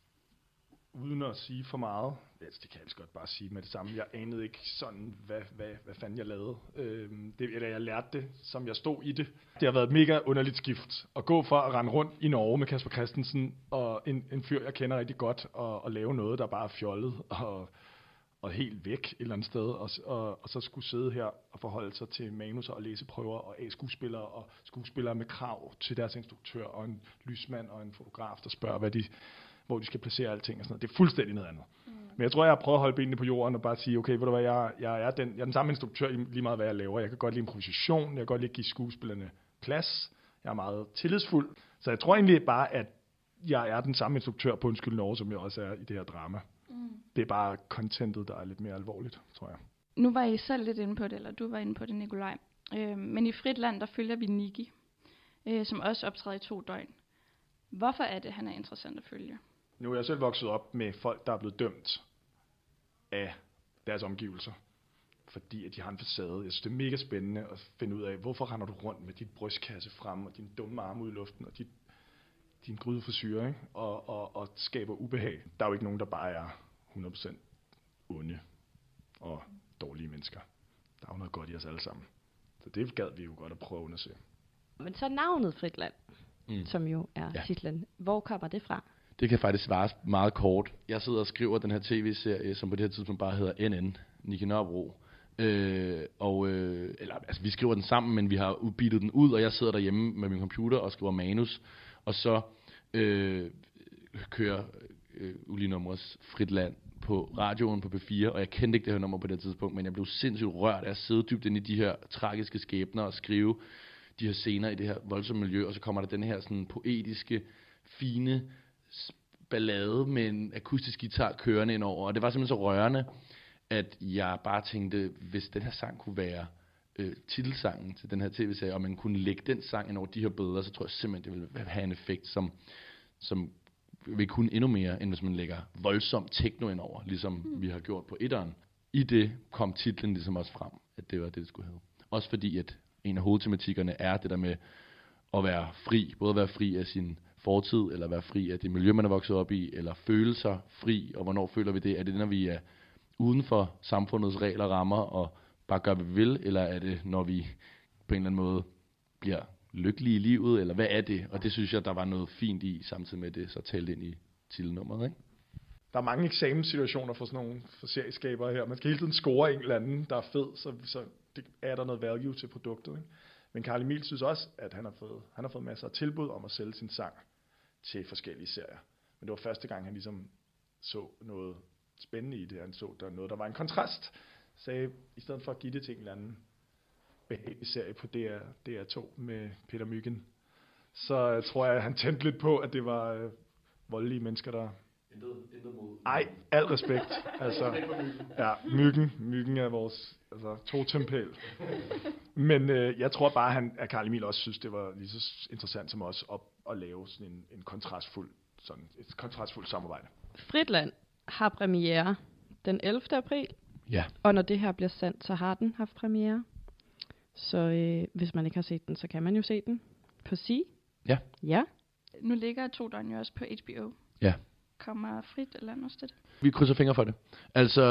uden at sige for meget, det kan jeg altså godt bare sige med det samme, jeg anede ikke sådan, hvad fanden jeg lavede. Eller jeg lærte det, som jeg stod i det. Det har været et mega underligt skift. At gå fra at rende rundt i Norge med Kasper Christensen, og en fyr, jeg kender rigtig godt, og lave noget, der bare er fjollet, og helt væk et eller andet sted, og så skulle sidde her og forholde sig til manuser og læseprøver, og A-skuespillere, og skuespillere med krav til deres instruktør, og en lysmand og en fotograf, der spørger, hvor de skal placere alting og sådan noget. Det er fuldstændig noget andet. Men jeg tror, jeg har prøvet at holde benene på jorden og bare sige, okay, ved du hvad, jeg er den samme instruktør lige meget, hvad jeg laver. Jeg kan godt lide improvisation, jeg kan godt lide at give skuespillerne plads. Jeg er meget tillidsfuld. Så jeg tror egentlig bare, at jeg er den samme instruktør på Undskyld Norge, som jeg også er i det her drama. Det er bare contentet, der er lidt mere alvorligt, tror jeg. Nu var I selv lidt inde på det, eller du var inde på det, Nikolaj. Men i Frit Land, der følger vi Niki, som også optræder i 2 døgn. Hvorfor er det, han er interessant at følge? Nu er jeg selv vokset op med folk, der er blevet dømt af deres omgivelser, fordi at de har en facade. Jeg synes, det er mega spændende at finde ud af, hvorfor render du rundt med dit brystkasse frem, og din dumme arme ud i luften, og din grydefrisyre, ikke? Og skaber ubehag. Der er jo ikke nogen, der bare er 100% onde og dårlige mennesker. Der er jo noget godt i os alle sammen. Så det gad vi jo godt at prøve at undersøge. Men så navnet Frit Land, som jo er titlen. Hvor kommer det fra? Det kan faktisk svares meget kort. Jeg sidder og skriver den her tv-serie, som på det her tidspunkt bare hedder NN, Niki Nørrebro. Vi skriver den sammen, men vi har udbyttet den ud, og jeg sidder derhjemme med min computer og skriver manus. Og så kører Uli Numres Frit Land på radioen på P4, og jeg kendte ikke det her nummer på det tidspunkt, men jeg blev sindssygt rørt af at sidde dybt inde i de her tragiske skæbner og skrive de her scener i det her voldsomme miljø, og så kommer der den her sådan poetiske, fine ballade med en akustisk guitar kørende indover, og det var simpelthen så rørende, at jeg bare tænkte, hvis den her sang kunne være titelsangen til den her tv-serie, og man kunne lægge den sang ind over de her billeder, så tror jeg simpelthen, det ville have en effekt, som vil kunne endnu mere, end hvis man lægger voldsom techno ind over, ligesom vi har gjort på etteren. I det kom titlen ligesom også frem, at det var det skulle hedde. Også fordi, at en af hovedtematikkerne er det der med at være fri, både at være fri af sin fortid, eller være fri af det miljø, man er vokset op i, eller føle sig fri, og hvornår føler vi det? Er det når vi er uden for samfundets regler og rammer, og bare gør, hvad vi vil, eller er det, når vi på en eller anden måde bliver lykkelige i livet, eller hvad er det? Og det synes jeg, der var noget fint i, samtidig med det, så talte ind i titelnummeret, ikke? Der er mange eksamenssituationer for sådan nogle serieskabere her. Man skal hele tiden score en eller anden, der er fed, så det er der noget value til produktet, ikke? Men Carl Emil synes også, at han har fået masser af tilbud om at sælge sin sang til forskellige serier. Men det var første gang, han ligesom så noget spændende i det. Han så der noget, der var en kontrast. Sagde, i stedet for at give det til en eller anden behagelig serie på DR2 med Peter Myggen, så tror jeg, at han tændte lidt på, at det var voldelige mennesker, der... Intet mod. Ej, al respekt. Altså, ja, Myggen er vores totempæl. Men jeg tror bare, at Carl Emil også synes, det var lige så interessant som os at lave sådan et kontrastfuldt samarbejde. Frit Land har premiere den 11. april. Ja. Og når det her bliver sendt, så har den haft premiere. Så hvis man ikke har set den, så kan man jo se den på Sea. Ja. Ja. Nu ligger 2 døgn jo også på HBO. Ja. Kommer Frit Land også til det? Vi krydser fingre for det. Altså,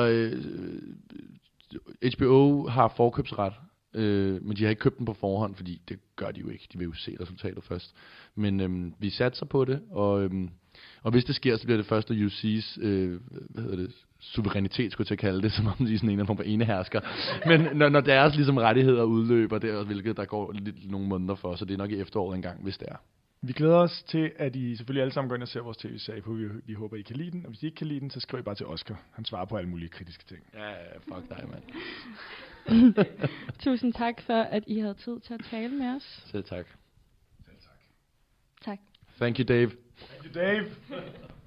HBO har forkøbsret, men de har ikke købt den på forhånd, fordi det gør de jo ikke. De vil jo se resultatet først. Men vi satser på det, og hvis det sker, så bliver det først af UC's, suverænitet, skulle jeg til at kalde det, som om de er sådan en form for enehersker. Men når deres ligesom rettigheder udløber, det er, hvilket der går nogle måneder for, så det er nok i efteråret engang, hvis det er. Vi glæder os til, at I selvfølgelig alle sammen går ind og ser vores tv-serie på. Vi håber, I kan lide den. Og hvis I ikke kan lide den, så skriv I bare til Oscar. Han svarer på alle mulige kritiske ting. Ja, fuck dig, mand. Tusind tak for, at I havde tid til at tale med os. Selv tak. Tak. Thank you, Dave. Thank you, Dave.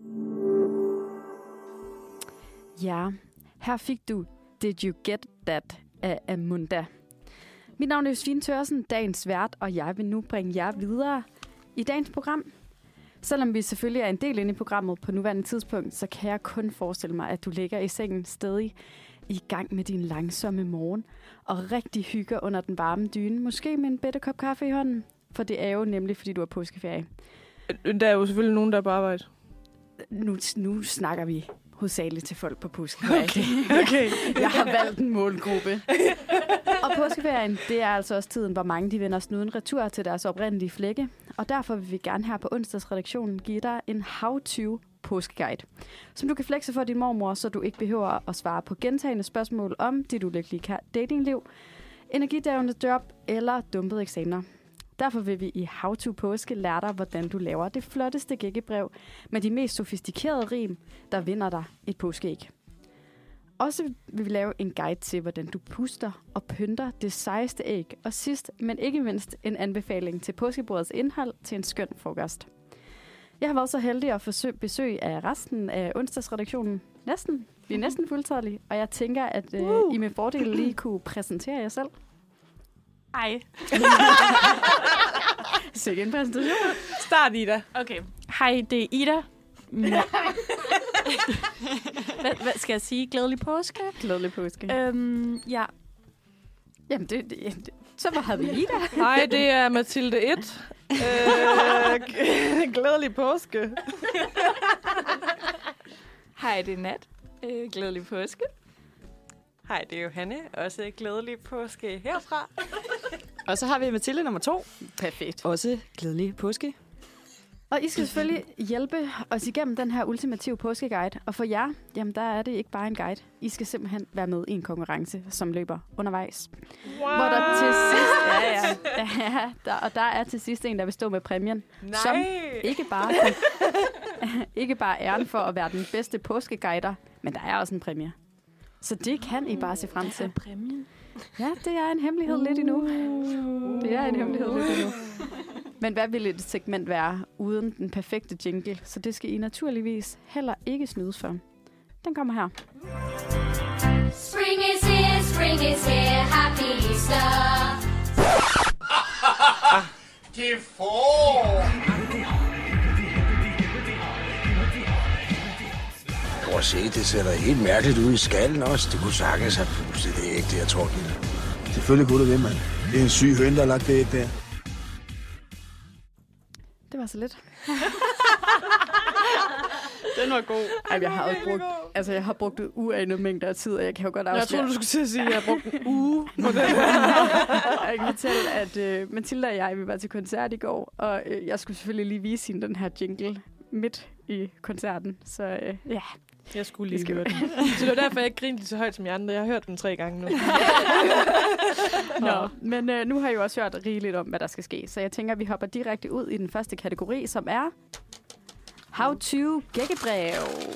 Ja, her fik du Did You Get That af Amunda. Mit navn er Josefine Thørsen, dagens vært, og jeg vil nu bringe jer videre i dagens program. Selvom vi selvfølgelig er en del inde i programmet på nuværende tidspunkt, så kan jeg kun forestille mig, at du ligger i sengen stadig i gang med din langsomme morgen og rigtig hygger under den varme dyne. Måske med en bedre kop kaffe i hånden, for det er jo nemlig, fordi du er påskeferie. Der er jo selvfølgelig nogen, der er på arbejde. Nu snakker vi hovedsageligt til folk på påskeferie. Okay. Jeg har valgt en målgruppe. Og påskeferien, det er altså også tiden, hvor mange de vender snuden retur til deres oprindelige flække. Og derfor vil vi gerne her på onsdagsredaktionen give dig en how-to påskeguide, som du kan flexe for din mormor, så du ikke behøver at svare på gentagne spørgsmål om dit ulykkelige datingliv, energidævende job eller dumpede eksamener. Derfor vil vi i How to Påske lære dig, hvordan du laver det flotteste gækkebrev med de mest sofistikerede rim, der vinder dig et påskeæg. Også vil vi lave en guide til, hvordan du puster og pynter det sejeste æg. Og sidst, men ikke mindst, en anbefaling til påskebordets indhold til en skøn frokost. Jeg har været så heldig at få besøg af resten af onsdagsredaktionen. Vi er næsten fuldtallige, og jeg tænker, at I med fordel lige kunne præsentere jer selv. Ej. Sikke en præsentation. Start, Ida. Okay. Hej, det er Ida. Hvad skal jeg sige? Glædelig påske? Glædelig påske. Ja. Jamen, så havde vi Ida. Hej, det er Mathilde 1. Glædelig påske. Hej, det er Nat. Glædelig påske. Hej, det er Johanne. Også glædelig påske herfra. Og så har vi Mathilde nummer 2. Perfekt. Også glædelig påske. Og I skal selvfølgelig hjælpe os igennem den her ultimative påskeguide. Og for jer, jamen der er det ikke bare en guide. I skal simpelthen være med i en konkurrence, som løber undervejs. Wow. Hvor der til sidst, der er til sidst en, der vil stå med præmien. Nej. Som ikke bare æren for at være den bedste påskeguider, men der er også en præmie. Så det kan I bare se frem til. Præmien? Ja, det er en hemmelighed lidt endnu. Det er en hemmelighed lidt endnu. Men hvad ville et segment være uden den perfekte jingle? Så det skal I naturligvis heller ikke snydes for. Den kommer her. Spring is here, happy Easter. Det er forår. Prøv at se, det ser helt mærkeligt ud i skallen også. Det kunne sagtens have pustet det æg, det jeg tror, det er. Selvfølgelig kunne det, mand. Det er en syg høn, der har lagt det æg der. Det var så lidt. Den var god. Ej, jeg har brugt uanede mængder af tid, og jeg kan jo godt afsløre. Jeg tror, du skulle til at sige, at jeg har brugt en uge på den. Jeg kan fortælle, at Mathilde og jeg, vi var til koncert i går, og jeg skulle selvfølgelig lige vise hende den her jingle midt i koncerten. Så ja. Jeg skulle lige høre den. Så det var derfor, jeg ikke grinte så højt som jer andre. Jeg har hørt den 3 gange nu. Nå, men nu har jeg jo også hørt rigeligt om, hvad der skal ske. Så jeg tænker, at vi hopper direkte ud i den første kategori, som er How to gækkebrev.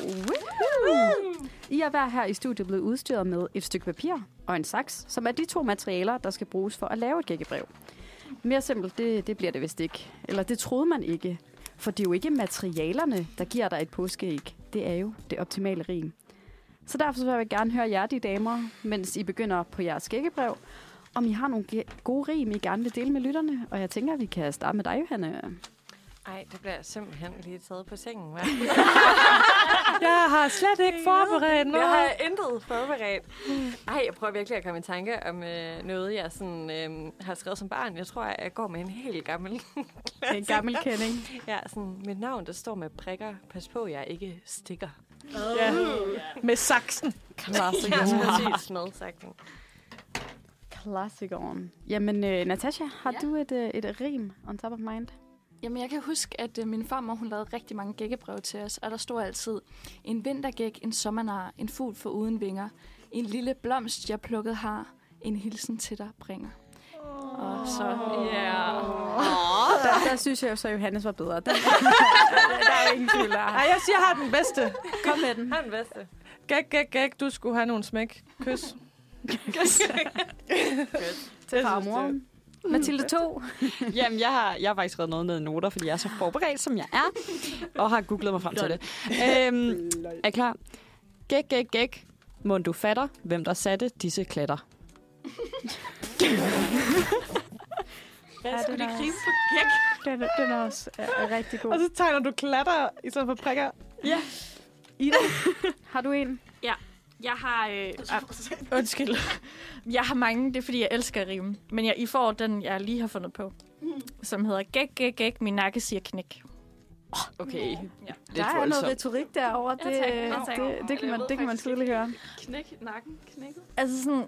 I er hver her i studiet blevet udstyret med et stykke papir og en saks, som er de 2 materialer, der skal bruges for at lave et gækkebrev. Mere simpelt, det bliver det vist ikke. Eller det troede man ikke. For det er jo ikke materialerne, der giver dig et påskeæg. Det er jo det optimale rim. Så derfor vil jeg gerne høre jer, de damer, mens I begynder på jeres gækkebrev, om I har nogle gode rim, I gerne vil dele med lytterne. Og jeg tænker, at vi kan starte med dig, Johanne. Ej, det bliver simpelthen lige taget på sengen, hva'? Jeg har slet ikke forberedt noget. Jeg har intet forberedt. Ej, jeg prøver virkelig at komme i tanke om noget, jeg sådan, har skrevet som barn. Jeg tror, jeg går med en helt gammel en gammel kending. Ja, sådan, mit navn, der står med prikker. Pas på, jeg ikke stikker. Ja. Med saksen. Klassikeren. Ja, præcis, med saksen. Klassikeren. Jamen, Natasha, har du et rim on top of mind? Jamen, jeg kan huske, at min farmor, hun lavede rigtig mange gækkebrev til os, og der stod altid en vintergæk, en sommernar, en fugl for uden vinger, en lille blomst, jeg plukket har, en hilsen til dig bringer. Og så, Der synes jeg jo så, at Johannes var bedre. Der er ingen tvivl. Nej, jeg siger, jeg har den bedste. Kom med den. Har den bedste. Gæk, du skulle have nogle smæk. Kys. Til farmoren. Mathilde 2. Jamen, jeg har faktisk skrevet noget ned i noter, fordi jeg er så forberedt, som jeg er, og har googlet mig frem til det. Er I klar? Gæk. Må du fatter, hvem der satte disse klatter? Hvad skulle de grine på gæk? Den er også rigtig god. Og så tegner du klatter i stedet for prikker. Ja. Ida, har du en? Ja. Jeg har... undskyld. Jeg har mange, det er fordi, jeg elsker at rime. Men I får den, jeg lige har fundet på. Som hedder gæk, min nakke siger knæk. Okay. Ja. Der er noget retorik derovre. Det kan man tydeligt høre. Knæk nakken, knækket. Altså sådan...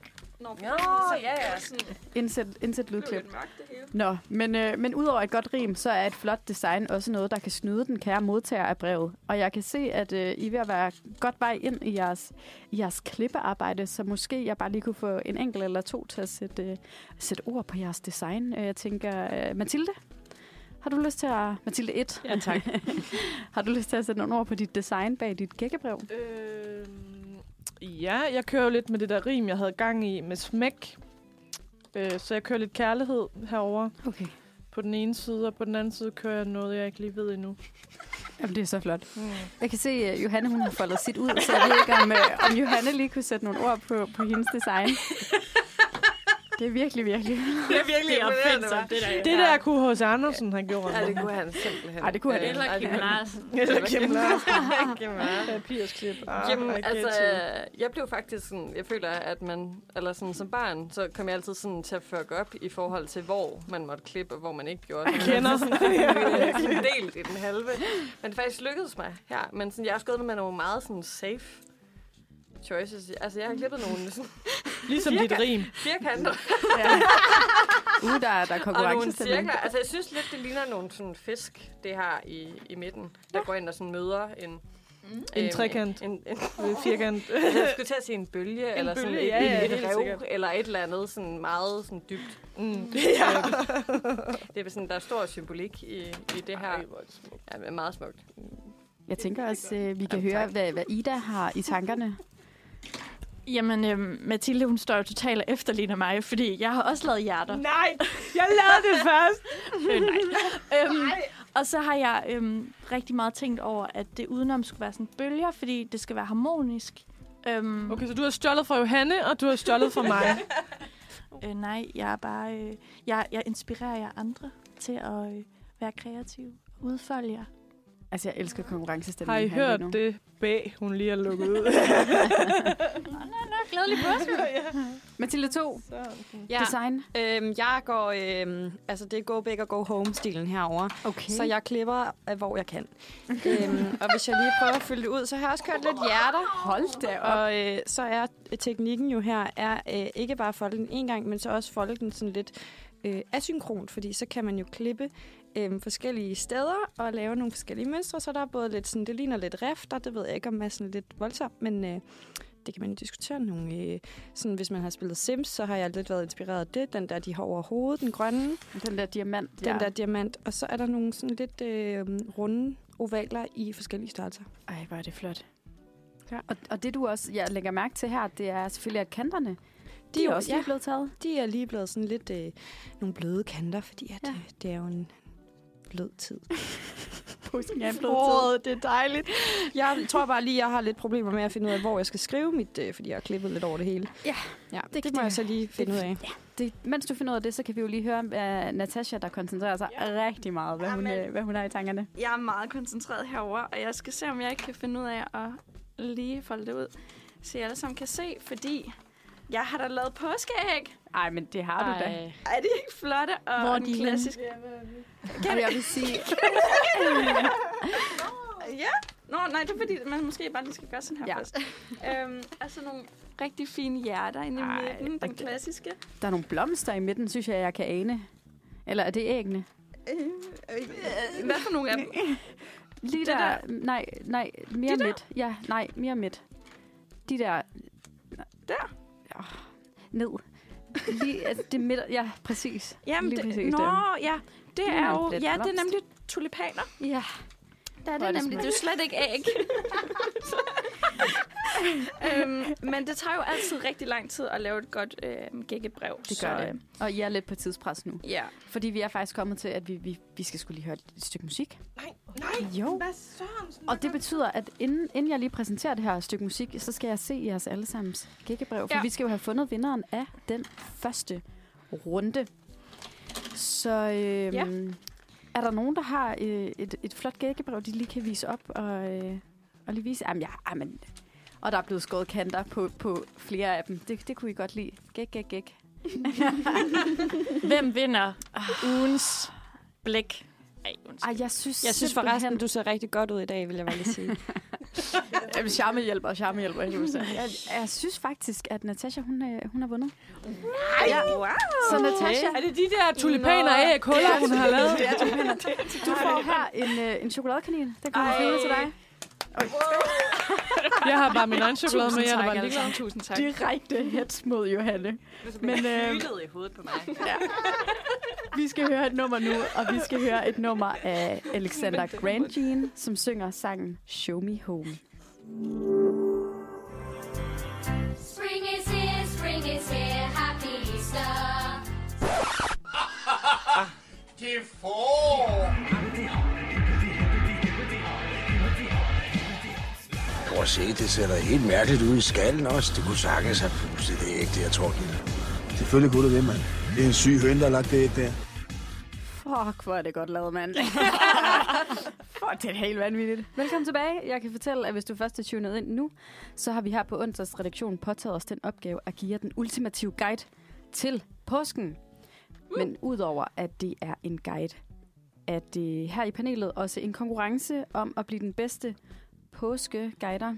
Indsæt lydklip. Nå, men udover et godt rim, så er et flot design også noget, der kan snyde den kære modtager af brevet. Og jeg kan se, at I er ved at være godt vej ind i jeres klippearbejde, så måske jeg bare lige kunne få en enkelt eller to til at sætte ord på jeres design. Jeg tænker, Mathilde? Har du lyst til at... Mathilde 1. Ja, tak. Har du lyst til at sætte nogle ord på dit design bag dit gækkebrev? Ja, jeg kører jo lidt med det der rim, jeg havde gang i med smæk. Så jeg kører lidt kærlighed herover. Okay. På den ene side, og på den anden side kører jeg noget, jeg ikke lige ved endnu. Jamen, det er så flot. Jeg kan se, at Johanne hun har foldet sit ud, så jeg ved ikke, om Johanne lige kunne sætte nogle ord på hendes design. Det er virkelig. Det er virkelig opfindsomt, det der kunne H.C. Andersen have gjort. Ja, det kunne han simpelthen. Ej, det kunne han. Eller Kim Larsen. Eller Kim Larsen. Papirsklip. Jamen, altså, jeg blev faktisk sådan, jeg føler, at man, eller sådan som barn, så kom jeg altid sådan til at fuck op i forhold til, hvor man måtte klippe, og hvor man ikke gjorde. Jeg kender sådan delt i den halve. Men det faktisk lykkedes mig her. Men sådan, jeg har også gået med nogle meget sådan safe choices. Altså, jeg har klippet nogle sådan... Ligesom dit rim. Firkanter. Ja. Der er konkurrence. Og nogle cirkler. Altså, jeg synes lidt, det ligner nogle sådan fisk, det her i midten, der går ind og sådan møder en trekant. En firkant. Altså, jeg skulle til at sige en bølge, eller sådan et rev, eller et eller andet sådan meget sådan dybt. Det er sådan, der er stor symbolik i det her. Ja, meget smukt. Jeg tænker også, vi kan høre, hvad Ida har i tankerne. Jamen, Mathilde, hun står jo totalt og efterligner mig, fordi jeg har også lavet hjerter. Nej, jeg lavede det først. Nej. Og så har jeg rigtig meget tænkt over, at det udenom skulle være sådan bølger, fordi det skal være harmonisk. Okay, så du har stjålet fra Johanne, og du har stjålet fra mig. Nej, jeg er bare... jeg inspirerer jer andre til at være kreative. Udfolde jer. Altså, jeg elsker konkurrencestemning. Har I hørt det bag, hun lige har lukket ud? Glædelig påske. Mathilde 2. Design. Jeg går... altså, det er go big og go home-stilen herover. Okay. Så jeg klipper, hvor jeg kan. Og hvis jeg lige prøver at fylde det ud, så har jeg også kørt lidt hjerter. Hold da op. Og så er teknikken jo her, ikke bare folde den en gang, men så også folde den sådan lidt asynkront, fordi så kan man jo klippe forskellige steder og lave nogle forskellige mønstre, så der er både lidt sådan, det ligner lidt rifter, det ved jeg ikke, om er sådan lidt voldsomt, men det kan man jo diskutere nogle, sådan hvis man har spillet Sims, så har jeg lidt været inspireret af det, den der, de har over hovedet, den grønne. Den der diamant. Den der diamant, og så er der nogle sådan lidt runde ovaler i forskellige størrelser. Ej, hvor er det flot. Ja. Og det du også lægger mærke til her, det er selvfølgelig, at kanterne, de er også lige blevet taget. De er lige blevet sådan lidt nogle bløde kanter, fordi at, det er jo en blød tid. Påsken er en blød tid. Det er dejligt. Jeg tror bare lige, jeg har lidt problemer med at finde ud af, hvor jeg skal skrive mit, fordi jeg har klippet lidt over det hele. Ja, det må jeg så lige finde ud af. Ja. Mens du finder ud af det, så kan vi jo lige høre Natasha, der koncentrerer sig rigtig meget, hvad hun har i tankerne. Jeg er meget koncentreret herover, og jeg skal se, om jeg ikke kan finde ud af at lige folde det ud, så jeg alle sammen kan se, fordi jeg har da lavet påskeæg. Ej, men det har du da. Er det ikke flotte og hvor en klassisk? Kan jeg vil sige... Ja. Nå, nej, det er fordi, man måske bare lige skal gøre sådan her først. Altså nogle rigtig fine hjerter inde i midten, den klassiske. Der er nogle blomster i midten, synes jeg kan ane. Eller er det æggene? Hvad for nogle af dem? Lige der. Nej, mere midt. Ja, nej, mere midt. De der... Der? Ned. Lige, altså, det midt, ja, præcis. Jamen, lige præcis det er jo... Ja, det er nemlig tulipaner. Ja. Der er det nemlig. Det er jo slet ikke æg. Men det tager jo altid rigtig lang tid at lave et godt gækkebrev. Det gør det. Og I er lidt på tidspres nu. Ja. Fordi vi er faktisk kommet til, at vi skal skulle lige høre et stykke musik. Nej. Jo. Hvad sørensen? Og det betyder, at inden jeg lige præsenterer det her stykke musik, så skal jeg se jeres allesammens gækkebrev. For vi skal jo have fundet vinderen af den første runde. Så er der nogen, der har et flot gækkebrev, de lige kan vise op og lige vise? Jamen, og der er blevet skåret kanter på flere af dem. Det kunne I godt lide. Gæk. Hvem vinder ugens blik? Jeg synes forresten, du ser rigtig godt ud i dag, vil jeg bare lige sige. Charme hjælper. Jeg synes faktisk, at Natasha, hun har vundet. Wow. Så Natasha... Er det de der tulipaner af æghuller, hun har lavet? Det er tulipaner. Du får her en chokoladekanin. Den kommer flyve til dig. Jeg har bare min egen chokolade med, jeg er bare ligeglad. Tusind tak. Direkte hets mod Johanne. Men hyldede i hovedet på mig. Ja. Vi skal høre et nummer nu, og vi skal høre et nummer af Alexander Grandjean, som synger sangen Show Me Home. Spring is here, happy Easter. Det er forår. Prøv at se, det ser da helt mærkeligt ud i skallen også. Det kunne sagtens have pustet det æg, det jeg tror, det er. Selvfølgelig kunne det, mand. Det er en syg høn, der har lagt det æg der. Fuck, hvor er det godt lavet, mand. Fuck, det er helt vanvittigt. Velkommen tilbage. Jeg kan fortælle, at hvis du først er tunet ind nu, så har vi her på onsdags redaktion påtaget os den opgave at give jer den ultimative guide til påsken. Men udover at det er en guide, er det her i panelet også en konkurrence om at blive den bedste påskeguider.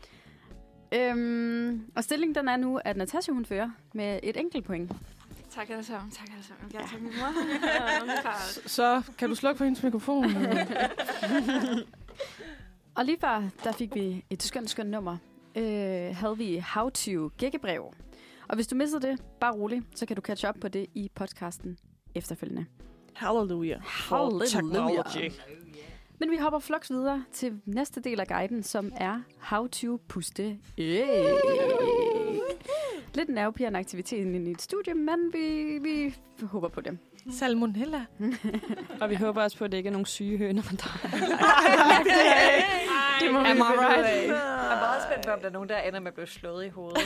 Og stillingen den er nu, at Natasha hun fører med et enkelt point. Tak alle sammen. Jeg tager min mor. Så kan du slukke for hendes mikrofon? Og lige før, der fik vi et skønt nummer. Havde vi How to gækkebrev. Og hvis du missede det, bare rolig, så kan du catch up på det i podcasten efterfølgende. Halleluja. Technology. Men vi hopper flux videre til næste del af guiden, som er How to puste æg. Lidt nervepirrende aktivitet i et studie, men vi håber på det. Salmonella. Og vi håber også på, at det ikke er nogen syge høner. Det må vi finde ud af. Jeg er meget spændt på, om der er nogen, der ender med at blive slået i hovedet.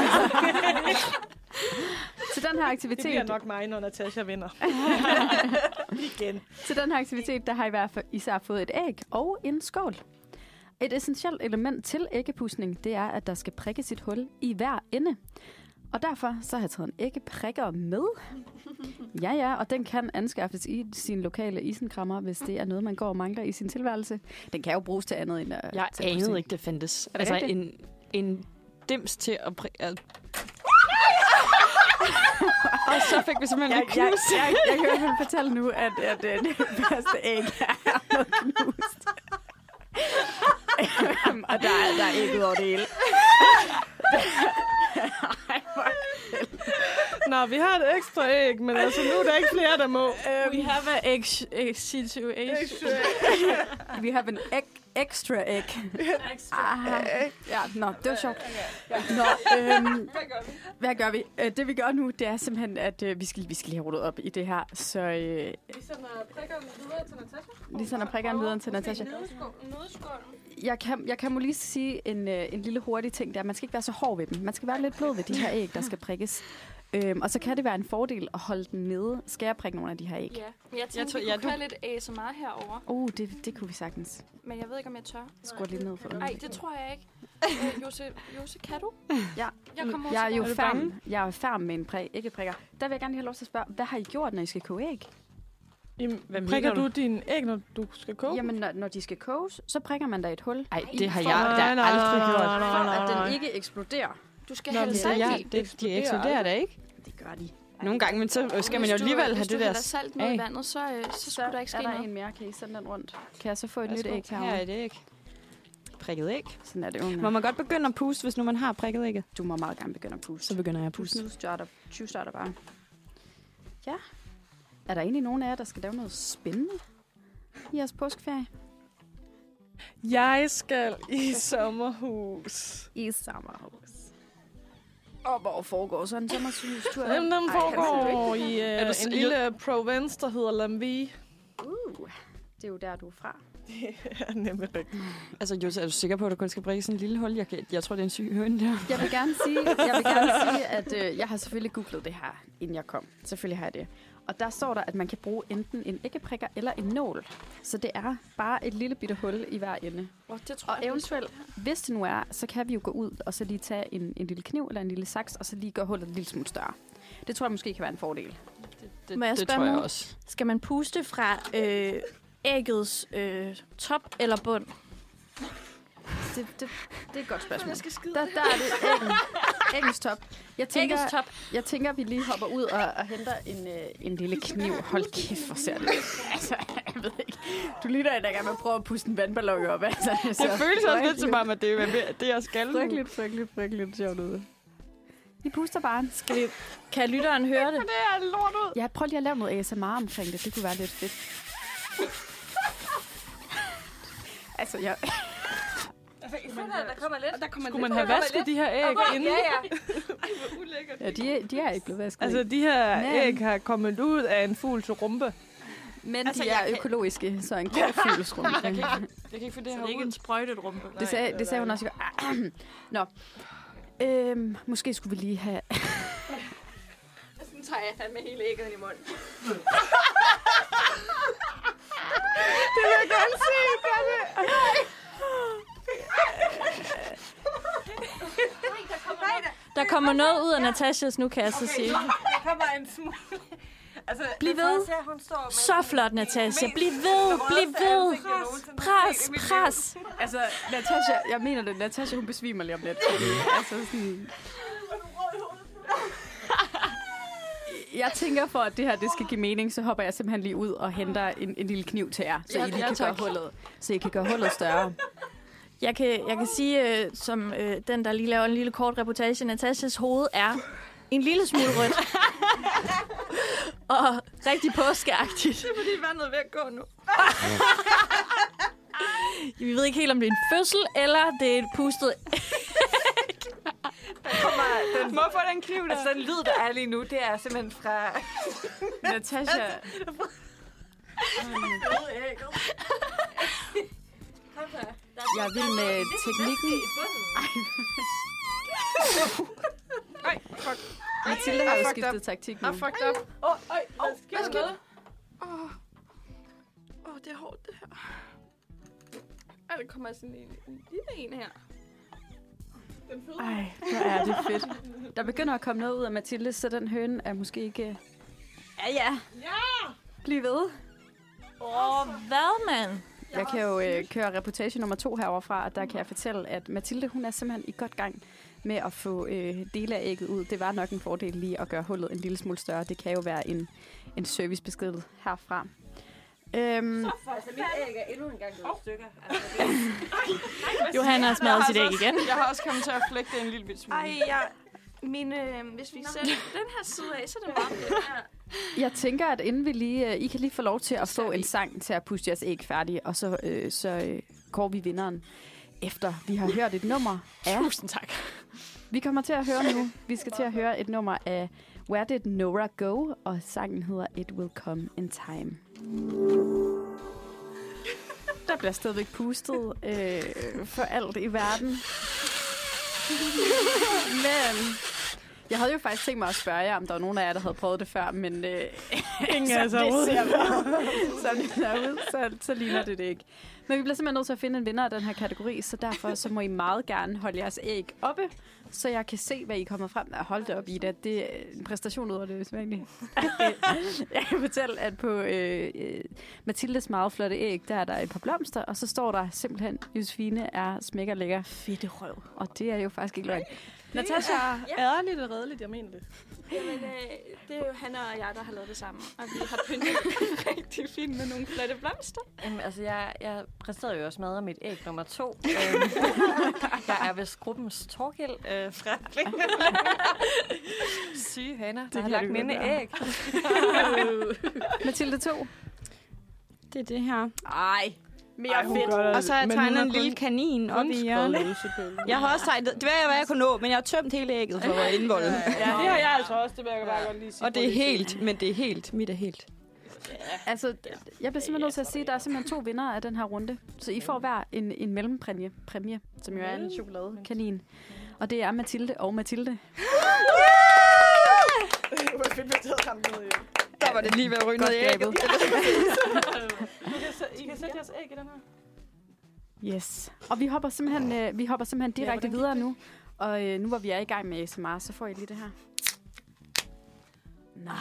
Til den her aktivitet... Det bliver nok mig, når Natasha vinder. Igen. Til den her aktivitet, der har I hvert fald især fået et æg og en skål. Et essentielt element til æggepudsning, det er, at der skal prikkes et hul i hver ende. Og derfor så har jeg taget en æggeprikker med. Ja, og den kan anskaffes i sin lokale isenkrammer, hvis det er noget, man går og mangler i sin tilværelse. Den kan jo bruges til andet end at... Jeg anede ikke, det fandtes. Er det altså en dims til at og så fik vi simpelthen en knust. Jeg kan i hvert fald fortælle nu, at det første æg er noget knust. Og der er æg ud over det hele. Nå, vi har et ekstra æg, men altså nu er der ikke flere, der må. We have an egg situation. We have an extra egg. Ja, det var sjovt. Hvad gør vi? Det vi gør nu, det er simpelthen, at vi skal lige have ruttet op i det her. Så vi sender prikkerne videre til Natasha. Vi sender prikkerne videre til Natasha. Jeg kan må lige sige en lille hurtig ting, der man skal ikke være så hård ved dem. Man skal være lidt blød ved de her æg, der skal prikkes. Og så kan det være en fordel at holde den nede. Skal jeg prikke nogle af de her æg? Ja, men jeg tænkte, vi kunne køre lidt ASMR herover. Det kunne vi sagtens. Men jeg ved ikke, om jeg tør. Skru lidt ned for dig. Nej, det tror jeg ikke. Jose, kan du? Ja, jeg er jo færdig med en æggeprikker. Der vil jeg gerne lige have lov til at spørge, hvad har I gjort, når I skal koge æg? Jamen, prikker du dine æg, når du skal koge? Jamen, når de skal koges, så prikker man der et hul. Nej, det har jeg aldrig gjort. For at den ikke eksploderer. Du skal hælde salt i. De eksploderer da ikke. Det gør de. Nogle gange, men så skal man jo alligevel have det der... Hvis du hælder salt ned i vandet, så skulle der ikke ske noget. Er der en mere? Kan I sende den rundt? Kan jeg så få et nyt æg herovre? Her er et æg. Prikket æg. Sådan er det jo. Må man godt begynde at puste, hvis nu man har prikket ægget? Du må meget gerne begynde at puste. Så begynder jeg at puste. Nu starter bare. Ja. Er der egentlig nogen af jer, der skal lave noget spændende i jeres påskeferie? Jeg skal i sommerhus. I sommerhus. Og hvor foregår sådan en sommerhustur? Den foregår i en lille Provence, der hedder Lamvie. Det er jo der, du er fra. Ja, nemlig rigtigt. Altså, Jose, er du sikker på, at du kun skal brække sådan en lille hul? Jeg tror, det er en syg høne der. Jeg vil gerne sige, at jeg har selvfølgelig googlet det her, inden jeg kom. Selvfølgelig har jeg det. Og der står der, at man kan bruge enten en æggeprikker eller en nål. Så det er bare et lille bitte hul i hver ende. Det tror og eventuelt, hvis det nu er, så kan vi jo gå ud og så lige tage en lille kniv eller en lille saks, og så lige gøre hullet en lille smule større. Det tror jeg måske kan være en fordel. Det tror jeg også. Skal man puste fra æggets top eller bund? Det er et godt spørgsmål. Der er det æggens top. Jeg tænker, at vi lige hopper ud og henter en lille kniv. Hold kæft, hvor ser det ud. Altså, jeg ved ikke. Du ligner en, der gerne vil prøve at puste en vandballon op. Altså, det føles også lidt som om, at det er jeg skal. Frygteligt sjovt ud. Vi puster bare. Kan lytteren høre det? Det er lort ud. Jeg prøver lige at lave noget ASMR omkring det. Det kunne være lidt fedt. Altså, jeg... Altså, I finder, der kommer lidt. Skulle man have vasket de her æg inden? Ja, de er ikke blevet vasket. Altså, de her æg har kommet ud af en fugls rumpe. Men altså, de er økologiske, så en god fugls rumpe. Jeg kan ikke få det her. Så det er ikke en sprøjtet rumpe. Det sagde hun også. Nå. Måske skulle vi lige have... Sådan tager jeg fandme hele ægget i munden. Det vil jeg godt se, gør det. Der kommer noget ud af Natashas nu, kan jeg så sige. Der kommer en smule. Altså, bliv ved. Så flot, Natasha. Bliv ved. Pres. Altså, Natasha, jeg mener det. Natasha, hun besvimer lige om lidt. Altså sådan... Jeg tænker, for at det her det skal give mening, så hopper jeg simpelthen lige ud og henter en lille kniv til jer, så I lige kan gøre hullet større. Jeg kan sige, som den, der lige laver en lille kort reportage, Natashas hoved er en lille smule rødt. Og rigtig påskeagtigt. Det er fordi vandet er ved at gå nu. Vi ved ikke helt, om det er en fødsel, eller det er et pustet Hvorfor den kniv der? Altså, den lyd, der er lige nu, det er simpelthen fra Natasha. Jeg vil med teknikken. Ej, fuck. Mathilde har jo skiftet taktik nu. I fucked up. Hvad sker der? Det er hårdt, det her. Ej, der kommer sådan en lille en her. Ej, hvor er det fedt. Der begynder at komme noget ud af Mathilde, så den høne er måske ikke... Ja. Bliv ved. Hvad, mand? Jeg kan jo køre reportage nummer 2 heroverfra, og der kan jeg fortælle, at Mathilde, hun er simpelthen i godt gang med at få dele af ægget ud. Det var nok en fordel lige at gøre hullet en lille smule større. Det kan jo være en servicebesked herfra. Altså, mit æg er endnu en gang nogle stykker. Johanna har smadret sit æg igen. Jeg har også kommet til at flække det en lille bit smule. Hvis vi sætter den her side af, så er det meget det her. Jeg tænker, at inden vi lige... I kan lige få lov til at få en sang til at puste jeres æg færdig, og så går vi vinderen, efter vi har hørt et nummer af... Tusind tak. Vi kommer til at høre nu. Vi skal til at høre et nummer af Where Did Nora Go? Og sangen hedder It Will Come in Time. Der bliver stadigvæk pustet for alt i verden. Men jeg havde jo faktisk tænkt mig at spørge jer, om der var nogen af jer, der havde prøvet det før, men så ligner det ikke. Men vi bliver simpelthen nødt til at finde en vinder af den her kategori, så derfor så må I meget gerne holde jeres æg oppe, så jeg kan se, hvad I kommer frem med. Hold det op, Ida. Det er en præstation ud af det, selvfølgelig. Jeg kan fortælle, at på Mathildes meget flotte æg, der er der et par blomster, og så står der simpelthen, Josefine er smækker lækker fedte røv. Og det er jo faktisk ikke løgn. Natasha, ærligt og redeligt, jeg mener det. Jamen, det er jo Hanna og jeg, der har lavet det sammen. Og vi har pyntet rigtig fint med nogle flotte blomster. Jamen, altså, jeg præsterede jo også med mit æg nummer 2. Jeg er vist gruppens Torkild fra syge Hanna, der har lagt mine æg. Mathilde 2. Det er det her. Ej. Mere fedt. Og så har jeg tegnet en lille kanin op i hjørnet. Jeg har også tegnet, det var hvad jeg kunne nå, men jeg har tømt hele ægget for at indvolde. Ja, det har jeg altså også, det vil jeg bare godt lige sige. Og det er helt, men det er helt, mit er helt. Altså, jeg bliver simpelthen nødt til at sige, at der er simpelthen 2 vinder af den her runde. Så I får hver en mellempræmie, som jo er en chokoladekanin. Og det er Mathilde og Mathilde. Hvor fedt, hvis det havde ramt ned i. Der var det lige ved at ryge ned i ægget. I kan sætte jeres æg i den her. Yes. Og vi hopper simpelthen direkte videre nu. Og nu hvor vi er i gang med ASMR, så får I lige det her. Nej.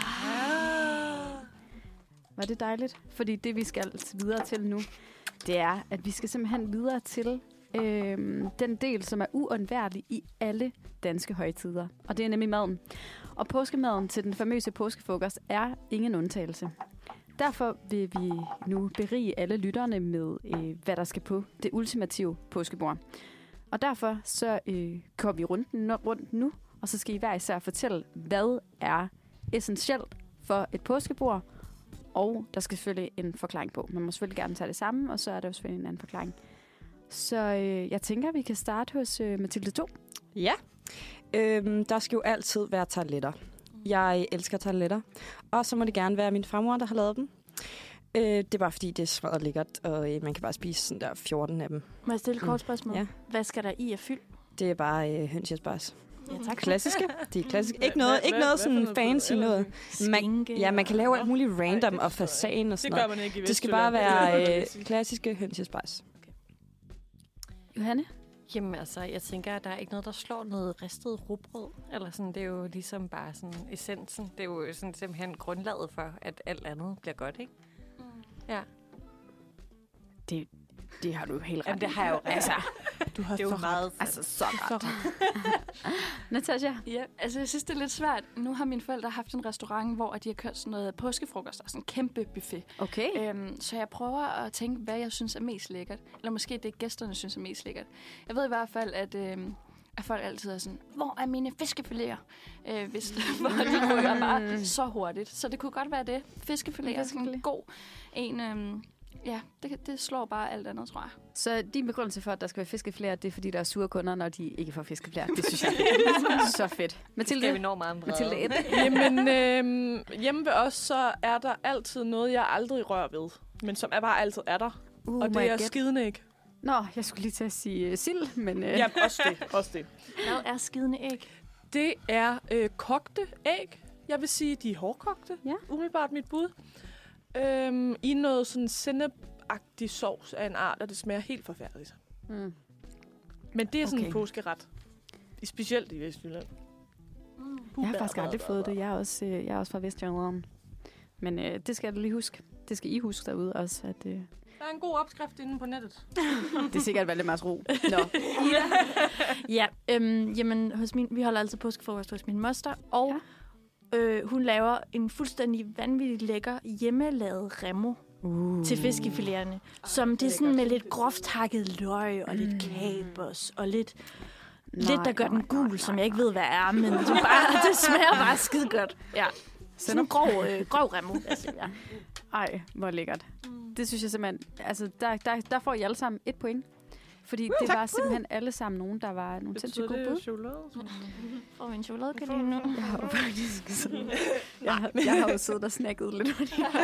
Var det dejligt? Fordi det, vi skal videre til nu, det er, at vi skal simpelthen videre til den del, som er uundværlig i alle danske højtider. Og det er nemlig maden. Og påskemaden til den famøse påskefrokost er ingen undtagelse. Derfor vil vi nu berige alle lytterne med, hvad der skal på det ultimative påskebord. Og derfor så går vi rundt nu, og så skal I hver især fortælle, hvad er essentielt for et påskebord. Og der skal selvfølgelig en forklaring på. Man må selvfølgelig gerne tage det samme, og så er der jo selvfølgelig en anden forklaring. Så jeg tænker, at vi kan starte hos Mathilde 2. Ja. Der skal jo altid være tarteletter. Jeg elsker tarteletter. Og så må det gerne være min farmor, der har lavet dem. Det er bare fordi, det er smadret lækkert, og man kan bare spise sådan der 14 af dem. Må jeg stille et kort spørgsmål? Ja. Hvad skal der i af fyld? Det er bare hønsjæsbars. Ja, tak. Klassiske. De er klassiske. Ikke noget sådan fancy noget. Man kan lave alt muligt random og fasan og sådan noget. Det gør man ikke i Vestjylland. Det skal bare være klassiske hønsjæsbars. Johanne? Jamen altså, jeg tænker, at der er ikke noget, der slår noget ristet rugbrød. Eller sådan, det er jo ligesom bare sådan essensen. Det er jo sådan simpelthen grundlaget for, at alt andet bliver godt, ikke? Mm. Ja. Det har du helt ret. Jamen, det har jeg jo ret. Altså, du har det er jo meget altså, så ret. Natasha? Ja, altså jeg synes, det er lidt svært. Nu har mine forældre haft en restaurant, hvor de har kørt sådan noget påskefrokost, og sådan en kæmpe buffet. Okay. Så jeg prøver at tænke, hvad jeg synes er mest lækkert. Eller måske det, gæsterne synes er mest lækkert. Jeg ved i hvert fald, at folk altid er sådan, hvor er mine fiskefiléer? Hvis de ryger bare så hurtigt. Så det kunne godt være det. Fiskefiléer er sådan en god en... Ja, det slår bare alt andet, tror jeg. Så din begrundelse for, at der skal være fiskeflære, det er, fordi der er sure kunder, når de ikke får fiskeflære. Det synes jeg er så fedt. Mathilde, vi når meget Mathilde 1. Jamen, hjemme ved os, så er der altid noget, jeg aldrig rører ved. Men som bare altid er der. Og det er skidenæg. Nå, jeg skulle lige til at sige sild, men... Ja, også det. Hvad er skidende æg? Det er kogte æg. Jeg vil sige, de er hårdkogte. Ja. Umiddelbart mit bud. I noget sådan sennep-agtig sovs af en art, og det smager helt forfærdeligt. Mm. Men det er sådan en påskeret. Specielt i Vestjylland. Jeg har faktisk aldrig fået det. Jeg er også fra Vestjylland. Men det skal jeg lige huske. Det skal I huske derude også. At, der er en god opskrift inde på nettet. Det er sikkert Valdemars Ro. Nå. Ja, jamen vi holder altid påskefrokost hos min moster, og hun laver en fuldstændig vanvittig lækker hjemmelavet remo til fiskefiléerne. Som det er sådan med lidt groft hakket løg og lidt kapers og lidt der gør den gul, som jeg ikke ved, hvad er, men det smager bare skide godt. Ja. Sådan en grov remo, altså, ja. Ej, hvor lækkert. Det synes jeg simpelthen, altså der får I alle sammen 1 point. Fordi det var simpelthen alle sammen nogen, der var nogle sindssygt gode bud. Får vi en chokoladekanin nu? Jeg har jo faktisk siddet. Jeg har jo siddet og snakket lidt.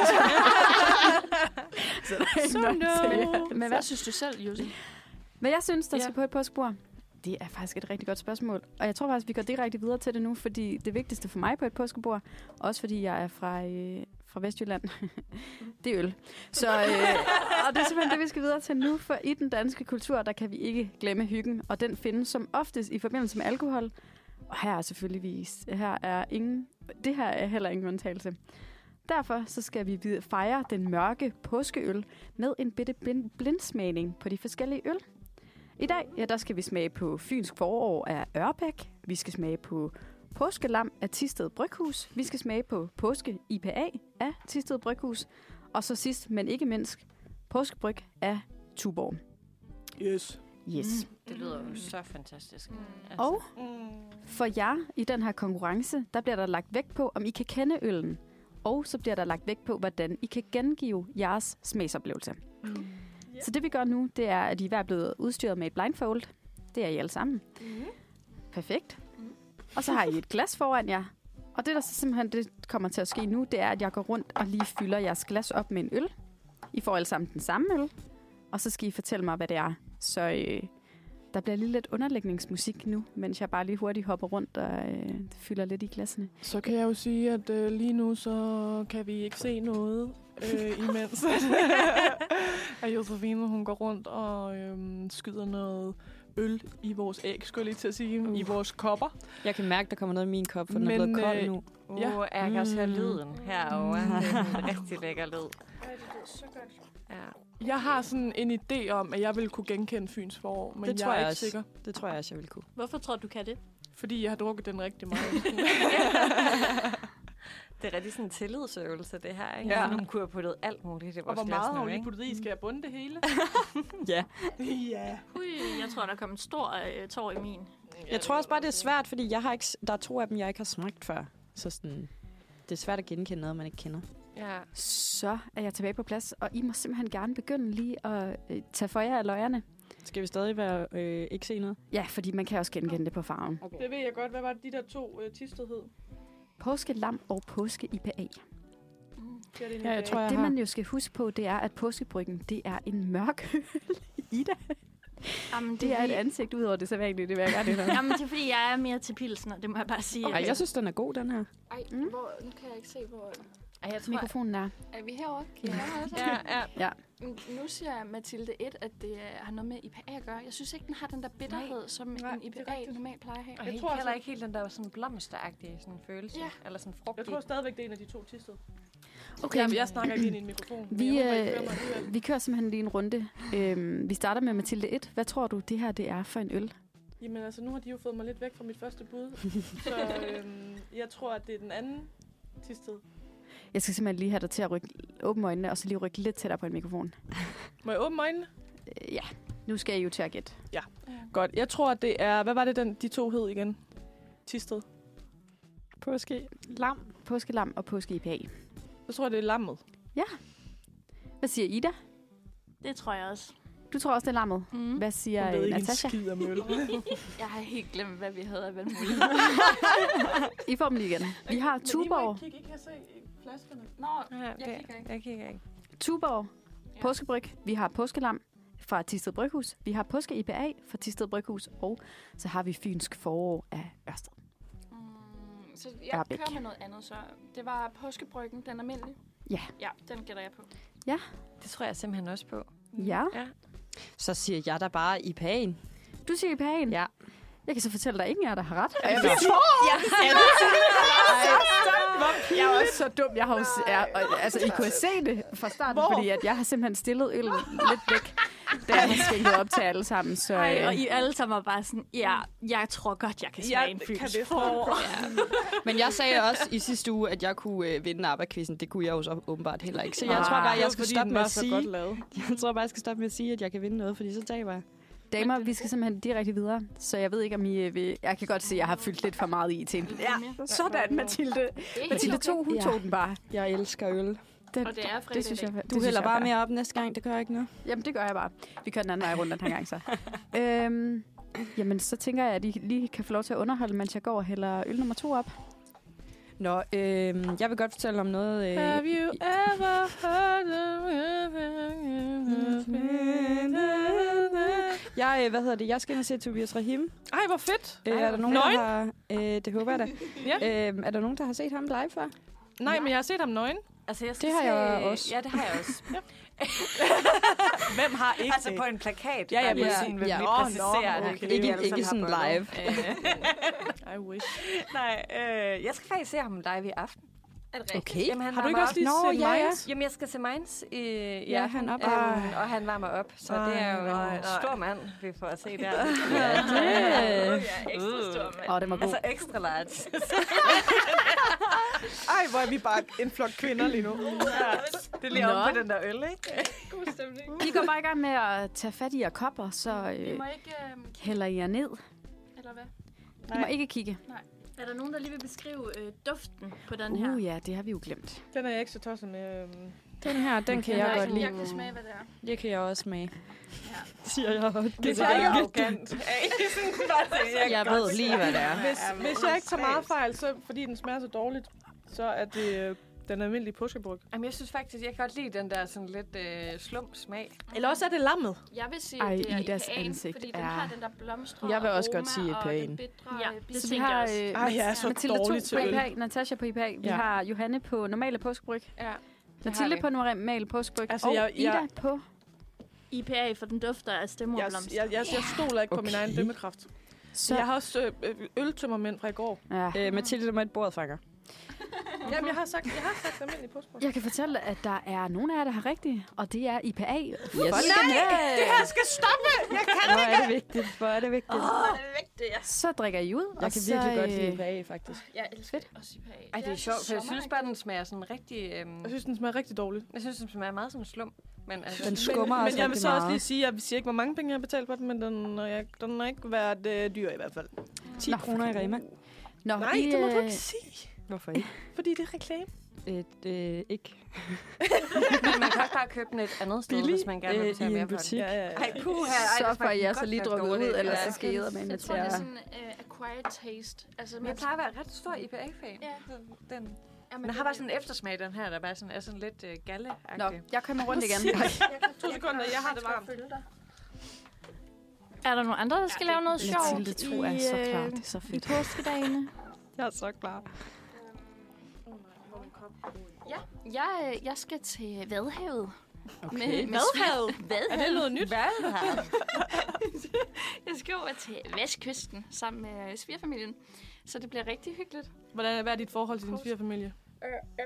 Men hvad synes du selv, Jussi? Hvad jeg synes, der skal på et påskebord? Det er faktisk et rigtig godt spørgsmål. Og jeg tror faktisk, vi går direkte videre til det nu, fordi det vigtigste for mig på et påskebord, også fordi jeg er fra Vestjylland, det er øl. Så, og det er simpelthen det, vi skal videre til nu, for i den danske kultur, der kan vi ikke glemme hyggen, og den findes som oftest i forbindelse med alkohol. Og her er selvfølgelig det her er heller ingen undtagelse. Derfor så skal vi fejre den mørke påskeøl med en bitte blindsmagning på de forskellige øl. I dag, der skal vi smage på Fynsk Forår af Ørbæk. Vi skal smage på Påskelam af Thisted Bryghus. Vi skal smage på Påske IPA af Thisted Bryghus. Og så sidst, men ikke mindst, Påskebryg af Tuborg. Yes. Det lyder jo så fantastisk. Altså. Og for jer i den her konkurrence, der bliver der lagt vægt på, om I kan kende øllen. Og så bliver der lagt vægt på, hvordan I kan gengive jeres smagsoplevelse. Så det vi gør nu, det er, at I er blevet udstyret med et blindfold. Det er I alle sammen. Perfekt. Og så har I et glas foran jer. Og det, der så simpelthen det kommer til at ske nu, det er, at jeg går rundt og lige fylder jeres glas op med en øl. I får alle sammen den samme øl. Og så skal I fortælle mig, hvad det er. Så der bliver lige lidt underlægningsmusik nu, mens jeg bare lige hurtigt hopper rundt og fylder lidt i glassene. Så kan jeg jo sige, at lige nu så kan vi ikke se noget, imens at Josefine, hun går rundt og skyder noget øl i vores æg, skulle jeg lige til at sige, i vores kopper. Jeg kan mærke, der kommer noget i min kop, for den er blevet kold nu. Ja. Jeg kan også høre lyden herovre. Det er en rigtig lækker lyd. Så godt. Ja. Jeg har sådan en idé om, at jeg vil kunne genkende Fyns forår, men jeg er ikke sikker. Det tror jeg også, jeg vil kunne. Hvorfor tror du kan det? Fordi jeg har drukket den rigtig meget. Det er rigtig sådan en tillidsøvelse, det her, ikke? Ja. Hun kunne have puttet alt muligt i vores glas. Og hvor meget har hun lige puttet i? Skal jeg bunde det hele? Ja. Ja. Jeg tror, der kom en stor tår i min. Jeg tror også bare, det er svært, fordi der er 2 af dem, jeg ikke har smagt før. Så sådan, det er svært at genkende noget, man ikke kender. Ja. Så er jeg tilbage på plads, og I må simpelthen gerne begynde lige at tage for jer af løjerne. Skal vi stadig ikke se noget? Ja, fordi man kan også genkende det på farven. Okay. Det ved jeg godt. Hvad var det, de der 2 Thisted hed? Påskelam og påske-IPA. Ja, jeg tror, det man jo skal huske på, det er, at påskebryggen, det er en mørk øl, Ida. Jamen, det er et ansigt ud over det sædvanlige, det vil jeg gerne have. Jamen, det er fordi, jeg er mere til pilsner, det må jeg bare sige. Ej, jeg synes, den er god, den her. Ej, nu kan jeg ikke se, hvor... Ej, jeg tror, mikrofonen er... Er vi herovre? Kan ja. Nu siger Mathilde 1, at det har noget med IPA at gøre. Jeg synes ikke, den har den der bitterhed, som en IPA normalt plejer at have. Jeg tror heller ikke helt den der sådan blomsteragtige sådan følelse. Ja. Eller sådan frugtig. Jeg tror stadigvæk, det er en af de 2 Thisted. Okay. Jeg snakker ikke ind i en mikrofon. Vi kører simpelthen lige en runde. Vi starter med Mathilde 1. Hvad tror du, det her det er for en øl? Jamen altså, nu har de jo fået mig lidt væk fra mit første bud. Så jeg tror, at det er den anden Thisted. Jeg skal simpelthen lige have dig til at åbne øjnene, og så lige rykke lidt tættere på en mikrofon. Må jeg åbne øjnene? Ja, nu skal jeg jo til at gætte. Ja, godt. Jeg tror, at det er... Hvad var det, de 2 hed igen? Thisted. Påskelam. Påskelam og påske-IPA. Jeg tror, det er lammet. Ja. Hvad siger Ida? Det tror jeg også. Du tror også, det er lammet. Hvad siger Natasha? Hun ved ikke en skid om øl. Jeg har helt glemt, hvad vi havde af vandmulighed. I får dem lige igen. Vi har Tuborg. Men I kan se flaskerne. Nå, jeg kigger ikke. Tuborg, påskebryg. Vi har påskelam fra Thisted Bryghus. Vi har påske-IPA fra Thisted Bryghus. Og så har vi Fynsk forår af Ørsted. Så jeg kører med noget andet, så det var påskebryggen, den almindelige. Ja. Ja, den gætter jeg på. Ja. Det tror jeg simpelthen også på. Ja. Så siger jeg da bare IPA'en. Du siger IPA'en? Ja. Jeg kan så fortælle dig, at ingen af jer, der har ret. Jeg er også så dum. Jeg har I kunne have set det fra starten, fordi at jeg har simpelthen stillet øllen lidt væk, da jeg har skænket op til alle sammen. Så, og I alle sammen var bare sådan, jeg tror godt, jeg kan smage en Fyns forår. Men jeg sagde også i sidste uge, at jeg kunne vinde ABBA-quizzen. Det kunne jeg jo så åbenbart heller ikke. Så jeg tror bare, jeg skal stoppe med at sige... Jeg tror bare, jeg skal stoppe med at sige, at jeg kan vinde noget, fordi så taber jeg. Damer, vi skal simpelthen direkte videre, så jeg ved ikke, om I vil... Jeg kan godt se, at jeg har fyldt lidt for meget i til en... Ja, sådan, Mathilde. Mathilde 2, hun tog den bare. Jeg elsker øl. Og det er fredag. Det synes jeg, du hælder bare mere op næste gang, det gør jeg ikke noget. Jamen, det gør jeg bare. Vi kører den anden vej rundt den her gang, så. Jamen, så tænker jeg, at I lige kan få lov til at underholde, mens jeg går og hælder øl nummer 2 op. Nå, jeg vil godt fortælle om noget... Have you ever heard Jeg skal ind og se Tobias Rahim. Ej, hvor fedt. Er der nogen, der har... det håber jeg da. Ja. Er der nogen, der har set ham live før? Nej, men jeg har set ham nøgen. Altså, det har jeg også. Ja, det har jeg også. Hvem har ikke altså på en plakat. Ja, vil lige præcisere det. Ikke sådan live. I wish. Nej, jeg skal faktisk se ham live i aften. Okay. Jamen, har du ikke også lige set Minds? Jamen, jeg skal se Minds i han op. og han varmer op, så det er jo en stor mand, vi får at se der. Ja, det ekstra stor mand. Det var god. Altså ekstra large. Ej, hvor er vi bare en flok kvinder lige nu. Ja. Det er lige om på den der øl, ikke? God stemning. Vi går bare i gang med at tage fat i jer kopper, så vi må ikke, hælder I jer ned. Eller hvad? I må ikke kigge. Nej. Er der nogen, der lige vil beskrive duften på den her? Ja, det har vi jo glemt. Den er jeg ikke så tosset med. Den her, den kan jeg godt lide. Jeg kan smage, hvad det er. Det kan jeg også smage. Ja. Siger jeg. Det er ikke arrogant. Jeg ved lige, hvad det er. Hvis jeg ikke tager meget fejl, så fordi den smager så dårligt, så er det den almindelige påskebryg. Jamen, jeg synes faktisk, jeg kan godt lide den der sådan lidt slum smag. Eller også er det lammet. Jeg vil sige, at det er Idas IPA'en, ansigt fordi den har den der blomstre Jeg vil også aroma godt sige og IPA'en. den bitre Så vi har jeg er så Mathilde dårlig 2 til på øl. IPA, Natasha på IPA. Vi har Johanne på normale påskebryg. Ja. Mathilde på normale påskebryg. Altså, og Ida på... IPA, for den dufter af stemmerblomster. Jeg stoler ikke på min egen dømmekraft. Så jeg har også øltømmermænd fra i går. Ja. Mathilde, du må et bordet fanger. Jamen, jeg har sagt almindelig påskebryg. Jeg kan fortælle, at der er nogle af jer, der har rigtigt, og det er IPA. Nej, det her skal stoppe! Jeg kan ikke! Hvor er det vigtigt, hvor er det vigtigt. Det er vigtigt, ja. Så drikker I ud. Jeg kan virkelig godt lide IPA, faktisk. Jeg elsker også IPA. Ej, det er sjovt, for jeg synes bare, den smager sådan rigtig... Jeg synes, den smager rigtig dårligt. Jeg synes, den smager meget som slum. Men, altså, den skummer men også jeg vil så meget. også lige sige, at jeg siger ikke, hvor mange penge jeg har betalt for den, men den har ikke været dyr i hvert fald. 10 kroner i Rema. Nå, nej, det må du ikke sige. Hvorfor ikke? Fordi det er reklame. Ikke. Men man kan også bare købe den et andet sted, hvis man gerne vil tage mere for den. Ej, så får jeg så lige drukket ud, ellers så skal jeg med Jeg tror, det er sådan acquired taste. Altså, jeg plejer at være ret stor IPA-fan. Ja. Den har bare sådan en eftersmag, den her, der bare sådan, er sådan lidt galle-agtig. Nå, jeg kommer rundt igen. 2 sekunder, jeg har det varmt. Er der nogle andre, der skal lave noget sjovt Mathilde tror jeg så klar. Det er så fedt. I påskedagene? Jeg er så klar. Ja, jeg skal til Vadehavet. Okay. Vadehavet? Er det noget nyt? Vadehavet. Jeg skal over til Vestkysten sammen med svigerfamilien. Så det bliver rigtig hyggeligt. Hvad er dit forhold til din svigerfamilie? Jeg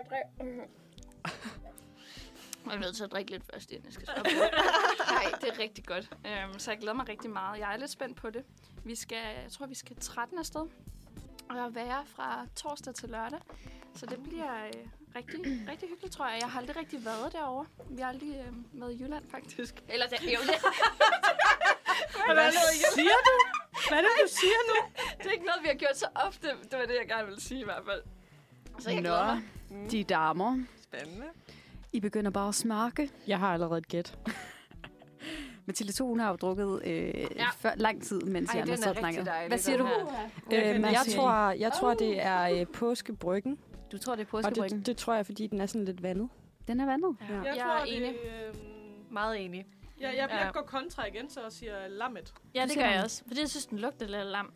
er nødt til at drikke lidt først, inden jeg skal stoppe. Nej, det er rigtig godt. Så jeg glæder mig rigtig meget. Jeg er lidt spændt på det. Jeg tror, vi skal 13 afsted. Og være fra torsdag til lørdag. Så det bliver rigtig, rigtig hyggeligt, tror jeg. Jeg har aldrig rigtig været derovre. Vi har aldrig været i Jylland, faktisk. Eller det er jo det. Hvad siger du? Hvad er det, du siger nu? Det er ikke noget, vi har gjort så ofte. Det var det, jeg gerne ville sige i hvert fald. Så jeg glæder mig. De damer. Spændende. I begynder bare at smake. Jeg har allerede et gæt. Mathilde 2, hun har jo drukket lang tid, mens jeg har snakket. Hvad siger du? Jeg tror, det er påskebryggen. Du tror, det er påskebryggen? Og det tror jeg, fordi den er sådan lidt vandet. Den er vandet? Ja. Jeg er enig. Meget enig. Ja, jeg går kontra igen, så siger lammet. Ja, det gør jeg også. Fordi jeg synes, den lugter lidt lam.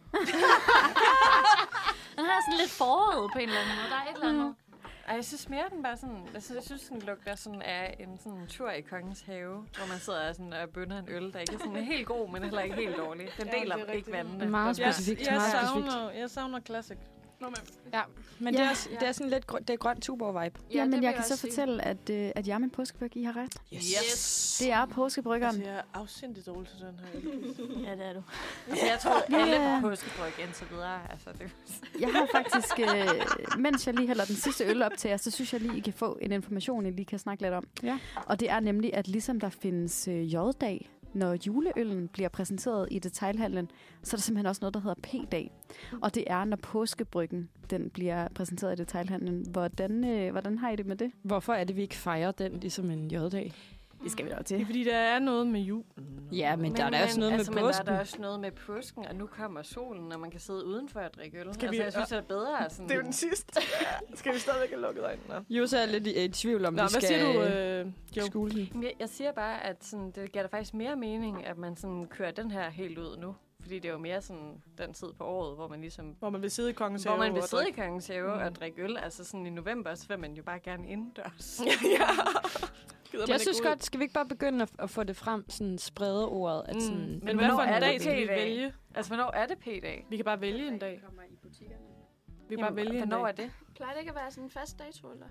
Den har sådan lidt foråret på en eller anden måde. Der er et eller andet. Ej, jeg synes mere, den bare sådan... Jeg synes, den lugter sådan af en sådan tur i Kongens Have, hvor man sidder sådan og bønner en øl, der ikke er sådan helt god, men heller ikke helt dårlig. Den deler ikke vandene. Meget specifikt. Jeg savner classic. Ja, men det er sådan lidt det er grøn Tuborg-vibe. Ja, men jeg kan så fortælle, at jeg med påskebryg, I har ret. Yes. Det er påskebryggeren. Altså, jeg er afsindigt dårlig til den her. Ja, det er du. Altså, jeg tror, alle på påskebryg indtil videre. Altså, det. Jeg har faktisk, mens jeg lige hælder den sidste øl op til jer, så synes jeg lige, I kan få en information, I lige kan snakke lidt om. Ja. Og det er nemlig, at ligesom der findes J-dag, når juleøllen bliver præsenteret i detailhandlen, så er der simpelthen også noget, der hedder P-dag. Og det er, når påskebryggen den bliver præsenteret i detailhandlen. Hvordan har I det med det? Hvorfor er det, vi ikke fejrer den ligesom en J-dag? Det skal vi da til. Det er, fordi der er noget med julen. Ja, men der er også noget med påsken. Men der er også noget med påsken, og nu kommer solen, og man kan sidde udenfor og drikke øl. Jeg synes, det er bedre. Sådan... Det er jo den sidste. Skal vi stadigvæk have lukket øjnene? Jose er lidt i tvivl om, vi skal... Hvad siger du, Jo? Jeg siger bare, at sådan, det giver da faktisk mere mening, at man sådan kører den her helt ud nu. Fordi det er jo mere sådan den tid på året, hvor man ligesom... Hvor man vil sidde i Kongens Have. Hvor man vil sidde i Kongens Have og drikke øl. Altså sådan i november, så vil man jo bare gerne indendørs. Ja. Jeg synes godt, skal vi ikke bare begynde at få det frem, sådan sprede ordet? At sådan, men hvad for en dag skal vi vælge? Altså, hvornår er det P-dag? Vi kan bare vælge en dag. Vi kan bare vælge en dag. Hvornår er det? Plejer det ikke at være sådan en fast dato, eller?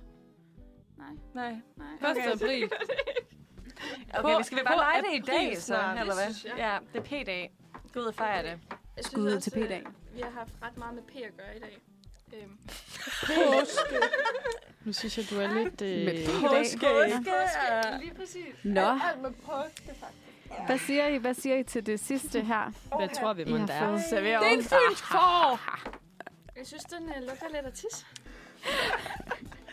Nej. 1. april. Okay, skal vi bare lege det i dag, så? Eller hvad? Ja, det er P-dag. Gå ud og fejre det. Skud til P-dag. Vi har haft ret meget med P at gøre i dag. Påske. Nu synes jeg, du er lidt... Med påske. Lige præcis. Nå. Alt med påske, faktisk. Hvad siger I til det sidste her? Hvad tror vi, man der er? Det er en fynsk får! Jeg synes, den lugter lidt af tis.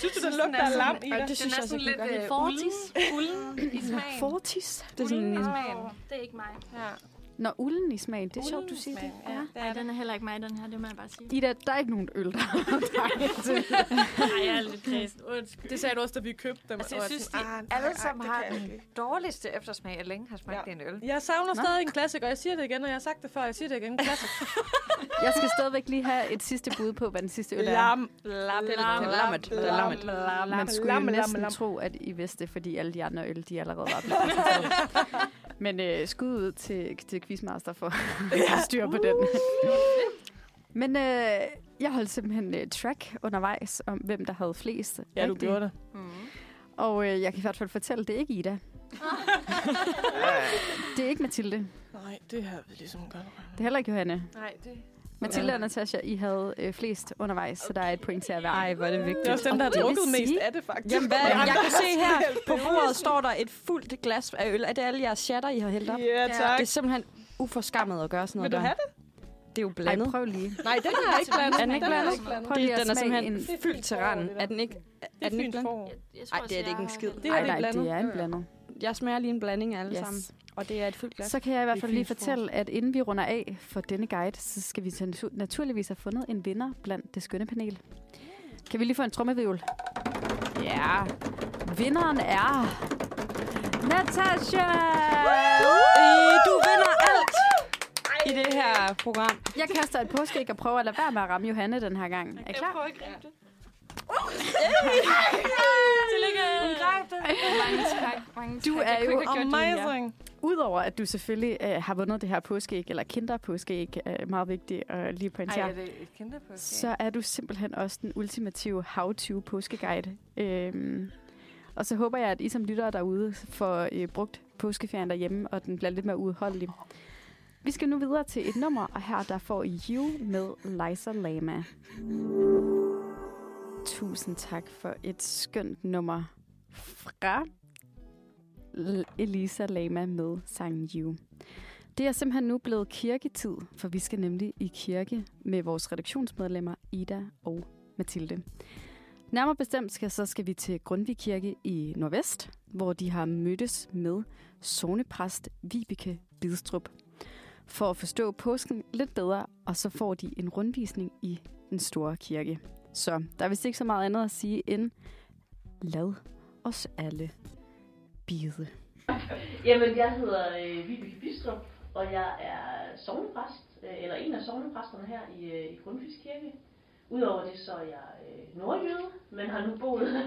Synes du, den lugter af lam, Ida? Det synes jeg også lidt ulden i smagen. Fortis? Det er sådan i smagen. Det er ikke mig. Ja. Nå, ulden i smagen. Det er sjovt, du siger det. Ja. Nej, den er heller ikke mig, den her. Det må jeg bare sige. Ida, der er ikke nogen øl, der Nej, jeg er lidt kredsen. Det sagde du også, da vi købte dem. Altså, jeg synes, de alle sammen har den dårligste eftersmag, jeg længe har smagt en øl. Jeg savner stadig en klassiker, og jeg siger det igen, og jeg har sagt det før, jeg siger det igen. Jeg skal stadigvæk lige have et sidste bud på, hvad den sidste øl er. Lammet. Man skulle jo næsten tro, at I vidste, fordi alle de andre øl, de allerede var blevet præsenteret. Men skud ud til Quizmaster for at styre på den. Men jeg holdt simpelthen track undervejs om, hvem der havde flest. Ja, du gjorde det. Og jeg kan i hvert fald fortælle, det er ikke Ida. Det er ikke Mathilde. Nej, det har vi ligesom godt. Det er heller ikke Johanne. Nej, det... Mathilde og Natasha, I havde flest undervejs, så der er et point til at være. Ej, hvor er det vigtigt. Det er også dem, der har drukket mest af det, faktisk. Jamen, jeg kan se her, på bordet står der et fuldt glas af øl. Er det alle jeres shatter, I har hældt op? Ja, tak. Det er simpelthen uforskammet at gøre sådan noget der. Vil du have det? Det er jo blandet. Ej, prøv lige. Nej, den er ikke blandet. Er den ikke blandet? Prøv lige at den er smage simpelthen fyldt til randen. Er den ikke blandet? Nej, det er det ikke en skid. Nej, det er en blandet. Jeg smager lige en blanding af alle sammen. Og det er et fyldt glas. Så kan jeg i hvert fald lige fortælle, at inden vi runder af for denne guide, så skal vi naturligvis have fundet en vinder blandt det skønne panel. Kan vi lige få en trommevirvel? Ja. Vinderen er... Natasha! Du vinder alt i det her program. Jeg kaster et påskeæg og prøver at lade være med at ramme Johanne den her gang. Er I klar? Jeg prøver ikke at det. Du er jo amazing. Udover at du selvfølgelig har vundet det her påskeæg, eller kinderpåskeæg, er meget vigtigt at lige pointere. Ej, er det et kinderpåskeæg? Så er du simpelthen også den ultimative how-to påskeguide. Og så håber jeg, at I som lyttere derude får brugt påskeferien derhjemme, og den bliver lidt mere udholdelig. Vi skal nu videre til et nummer, og her der får I You med Liza Lama. Tusind tak for et skønt nummer fra Elisa Lama med sangen You. Det er simpelthen nu blevet kirketid, for vi skal nemlig i kirke med vores redaktionsmedlemmer Ida og Mathilde. Nærmere bestemt skal vi til Grundtvig Kirke i Nordvest, hvor de har mødtes med sognepræst Vibeke Bidstrup for at forstå påsken lidt bedre, og så får de en rundvisning i den store kirke. Så der er vist ikke så meget andet at sige end lad os alle bide. Jamen, jeg hedder Vibeke Bidstrup, og jeg er sognepræst, eller en af sognepræsterne her i Grundtvigs Kirke. Udover det, så er jeg nordjyde, men har nu boet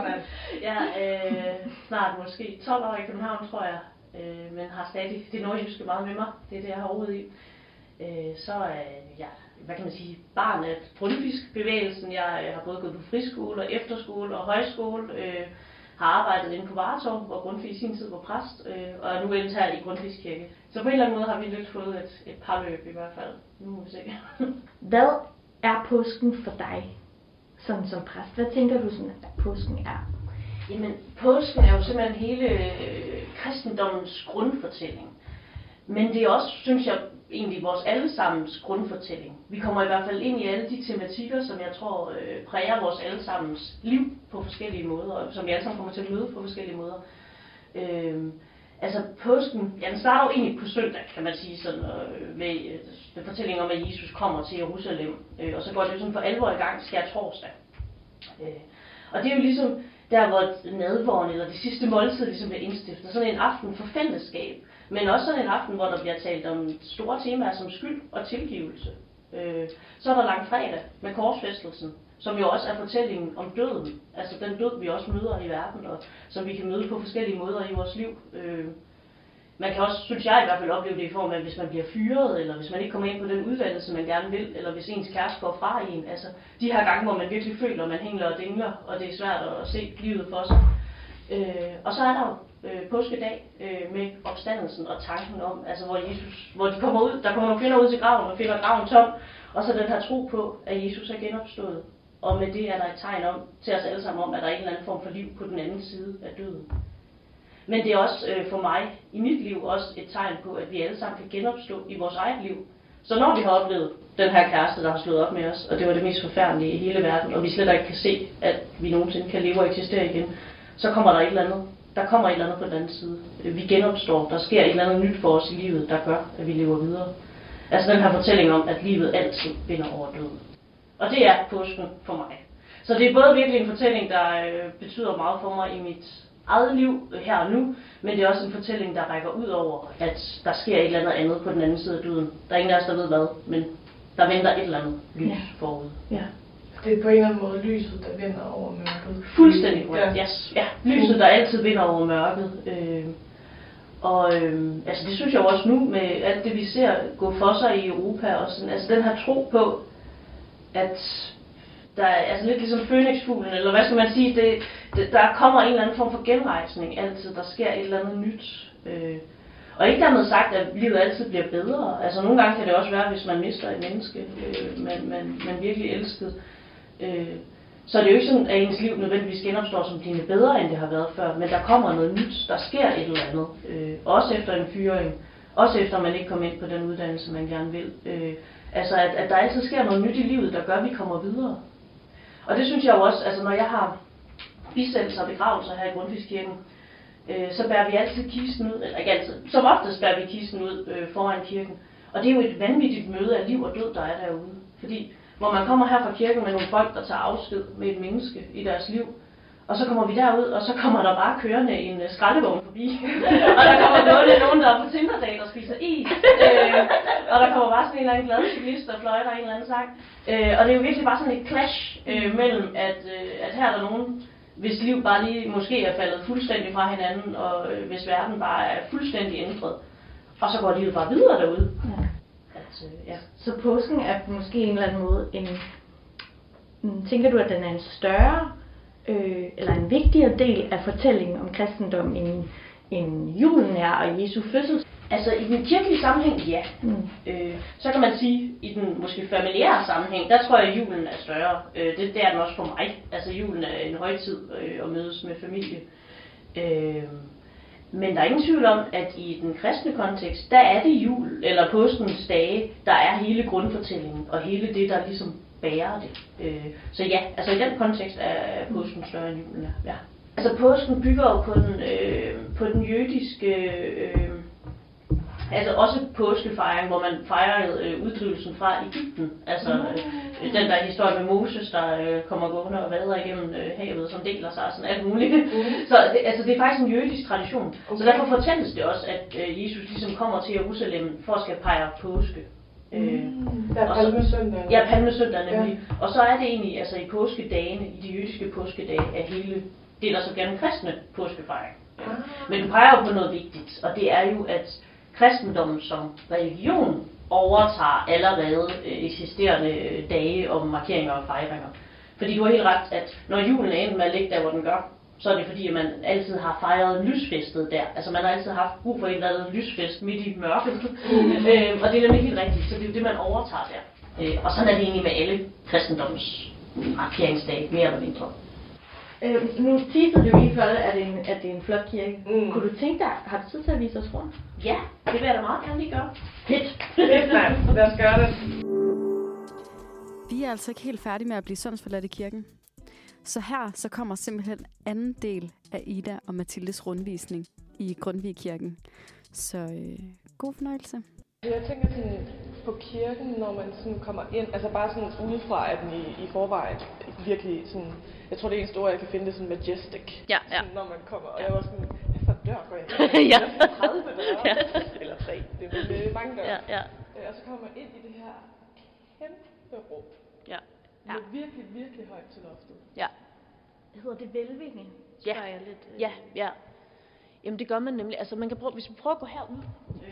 snart måske 12 år i København, tror jeg. Men har stadig det nordjyske meget med mig. Det er det, jeg har rodet i. Så er jeg, hvad kan man sige, barn af Grundtvigs-bevægelsen. Jeg har både gået på friskole og efterskole og højskole. Har arbejdet inde på Varetorv, hvor Grundtvig i sin tid var præst, og er nu endt her i Grundtvigs Kirke. Så på en eller anden måde har vi lidt fået et par løb i hvert fald. Nu må vi se. Hvad er påsken for dig, sådan som præst? Hvad tænker du sådan, at påsken er? Jamen, påsken er jo simpelthen hele kristendommens grundfortælling. Men det er også, synes jeg, egentlig vores allesammens grundfortælling. Vi kommer i hvert fald ind i alle de tematikker, som jeg tror præger vores allesammens liv på forskellige måder, og som vi alle sammen kommer til at møde på forskellige måder. Altså påsken, ja, den starter jo egentlig på søndag, kan man sige, sådan, med fortællingen om, at Jesus kommer til Jerusalem, og så går det jo sådan for alvor i gang skærtorsdag. Og det er jo ligesom der, hvor nadveren eller det sidste måltid ligesom bliver indstiftet. Sådan en aften for fællesskab, men også sådan en aften, hvor der bliver talt om store temaer som skyld og tilgivelse. Så er der langfredag med korsfæstelsen, som jo også er fortællingen om døden. Altså den død, vi også møder i verden, og som vi kan møde på forskellige måder i vores liv. Man kan også, synes jeg i hvert fald, opleve det i form af, hvis man bliver fyret, eller hvis man ikke kommer ind på den uddannelse, man gerne vil, eller hvis ens kæreste går fra en. Altså de her gange, hvor man virkelig føler, at man hængler og dingler, og det er svært at se livet for sig. Og så er der jo påskedag med opstandelsen og tanken om, altså hvor de kommer ud, der kommer nogle kvinder ud til graven og finder graven tom, og så den her tro på, at Jesus er genopstået. Og med det er der et tegn om, til os alle sammen om, at der er en eller anden form for liv på den anden side af døden. Men det er også for mig, i mit liv, også et tegn på, at vi alle sammen kan genopstå i vores eget liv, Så når vi har oplevet den her kæreste, der har slået op med os, og det var det mest forfærdelige i hele verden, og vi slet ikke kan se, at vi nogensinde kan leve og eksistere igen, så kommer der et eller andet. Der kommer et eller andet på den anden side. Vi genopstår. Der sker et eller andet nyt for os i livet, der gør, at vi lever videre. Altså den her fortælling om, at livet altid vinder over døden. Og det er påsken for mig. Så det er både virkelig en fortælling, der betyder meget for mig i mit eget liv her og nu, men det er også en fortælling, der rækker ud over, at der sker et eller andet på den anden side af døden. Der er ingen af os, der ved hvad, men der venter et eller andet lys forud. Ja. Det er på en eller anden måde lyset, der vinder over mørket. Fuldstændig korrekt, ja. Lyset, der altid vinder over mørket. Altså det synes jeg også nu, med alt det vi ser gå for sig i Europa, og sådan, altså den her tro på, at der er altså lidt ligesom Fønixfuglen, eller hvad skal man sige, der kommer en eller anden form for genrejsning altid, der sker et eller andet nyt. Og ikke dermed sagt, at livet altid bliver bedre. Altså nogle gange kan det også være, hvis man mister et menneske, man virkelig elskede. Så er det jo ikke sådan, at ens liv nødvendigvis genopstår som blive bedre, end det har været før. Men der kommer noget nyt, der sker et eller andet. Også efter en fyring. Også efter man ikke kommer ind på den uddannelse, man gerne vil. Altså at der altid sker noget nyt i livet, der gør, at vi kommer videre. Og det synes jeg jo også, altså når jeg har bisættelser og begravelser her i Grundtvigskirken, så bærer vi altid kisten ud, eller ikke altid, som oftest bærer vi kisten ud foran kirken. Og det er jo et vanvittigt møde af liv og død, der er derude. Fordi hvor man kommer her fra kirken med nogle folk, der tager afsked med et menneske i deres liv, og så kommer vi derud, og så kommer der bare kørende en skraldevogn forbi. Og der kommer nogen, der er på Tinderdate og spiser is. Og der kommer bare sådan en eller anden glad cyklist, der fløjter en eller anden sang. Og det er jo virkelig bare sådan et clash mellem, at her er der nogen, hvis liv bare lige måske er faldet fuldstændig fra hinanden, og hvis verden bare er fuldstændig ændret. Og så går livet bare videre derude. Ja. Så påsken er måske en eller anden måde tænker du, at den er en større eller en vigtigere del af fortællingen om kristendom end julen er og Jesu fødsel? Altså i den kirkelige sammenhæng, ja. Så kan man sige, i den måske familiære sammenhæng, der tror jeg, at julen er større. Det er den også for mig. Altså julen er en højtid at mødes med familie. Men der er ingen tvivl om, at i den kristne kontekst, der er det jul, eller påskens dage, der er hele grundfortællingen, og hele det, der ligesom bærer det. Så ja, altså i den kontekst er påsken større end julen er. Ja. Altså påsken bygger jo på den jødiske, altså også påskefejring, hvor man fejrede uddrivelsen fra Egypten. Altså den der historie med Moses, der kommer gående og vader igennem havet, som deler sig og sådan alt muligt. Så det er faktisk en jødisk tradition. Okay. Så derfor fortælles det også, at Jesus ligesom kommer til Jerusalem for at skal fejre påske. Der er palmesøndag. Ja, palmesøndag nemlig. Ja. Og så er det egentlig altså i påskedagene, i de jødiske påskedage, af hele det, der så gerne kristne påskefejring. Ja. Men du peger jo på noget vigtigt, og det er jo, at kristendommen som religion overtager allerede eksisterende dage og markeringer og fejringer. Fordi du har helt ret, at når julen er endt med at ligge der, hvor den gør, så er det fordi, at man altid har fejret lysfestet der. Altså man har altid haft brug for en eller anden lysfest midt i mørket. Og det er nemlig helt rigtigt, så det er jo det, man overtager der. Og sådan er det egentlig med alle kristendommens markeringsdage, mere eller mindre. Nu teaser du lige før, at det er en flot kirke. Kunne du tænke dig, har du tid til at vise os rundt? Ja, det vil jeg da meget gerne lige gøre. Fedt. Fedt, mand. Lad os gøre det. Vi er altså ikke helt færdige med at blive sundsforladt i kirken. Så her så kommer simpelthen anden del af Ida og Mathildes rundvisning i Grundtvigskirken. Så god fornøjelse. Jeg tænker sådan på kirken, når man sådan kommer ind, altså bare sådan udefra, at den i forvejen virkelig sådan, jeg tror det eneste ord, jeg kan finde, det er sådan majestic. Ja. Sådan, når man kommer, og jeg var sådan, hvad for dør går jeg ind? Ja. 30 døre, eller 3, det er mange døre. Ja. Og så kommer man ind i det her kæmpe rum. Ja. Med virkelig, virkelig højt til loftet. Ja. Hedder det hvælvinge? Ja. Ja. Jamen det gør man nemlig. Altså man kan prøve, hvis vi prøver at gå herud.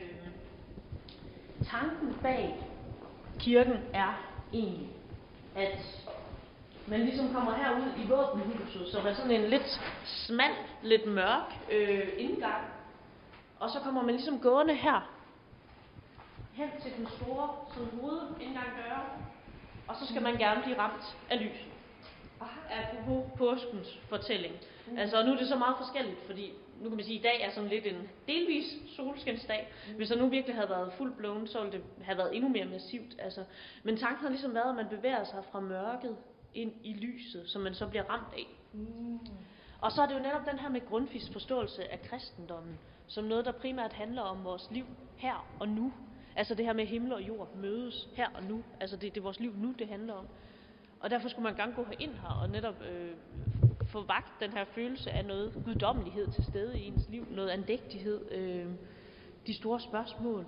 Tanken bag kirken er egentlig, at man ligesom kommer herud i våbenhuset, som er sådan en lidt smal, lidt mørk indgang. Og så kommer man ligesom gående her hen til den store sådan hovedindgang døre, og så skal man gerne blive ramt af lys. apropos påskens fortælling. Altså, nu er det så meget forskelligt, fordi nu kan man sige, at i dag er sådan lidt en delvis solskinsdag. Hvis der nu virkelig havde været fuldblåen, så ville det have været endnu mere massivt. Altså, men tanken har ligesom været, at man bevæger sig fra mørket ind i lyset, som man så bliver ramt af. Og så er det jo netop den her med Grundtvigs forståelse af kristendommen, som noget, der primært handler om vores liv her og nu. Altså det her med himmel og jord mødes her og nu. Altså det er vores liv nu, det handler om. Og derfor skulle man gerne gå herind her og netop få vagt den her følelse af noget guddommelighed til stede i ens liv. Noget andægtighed, de store spørgsmål.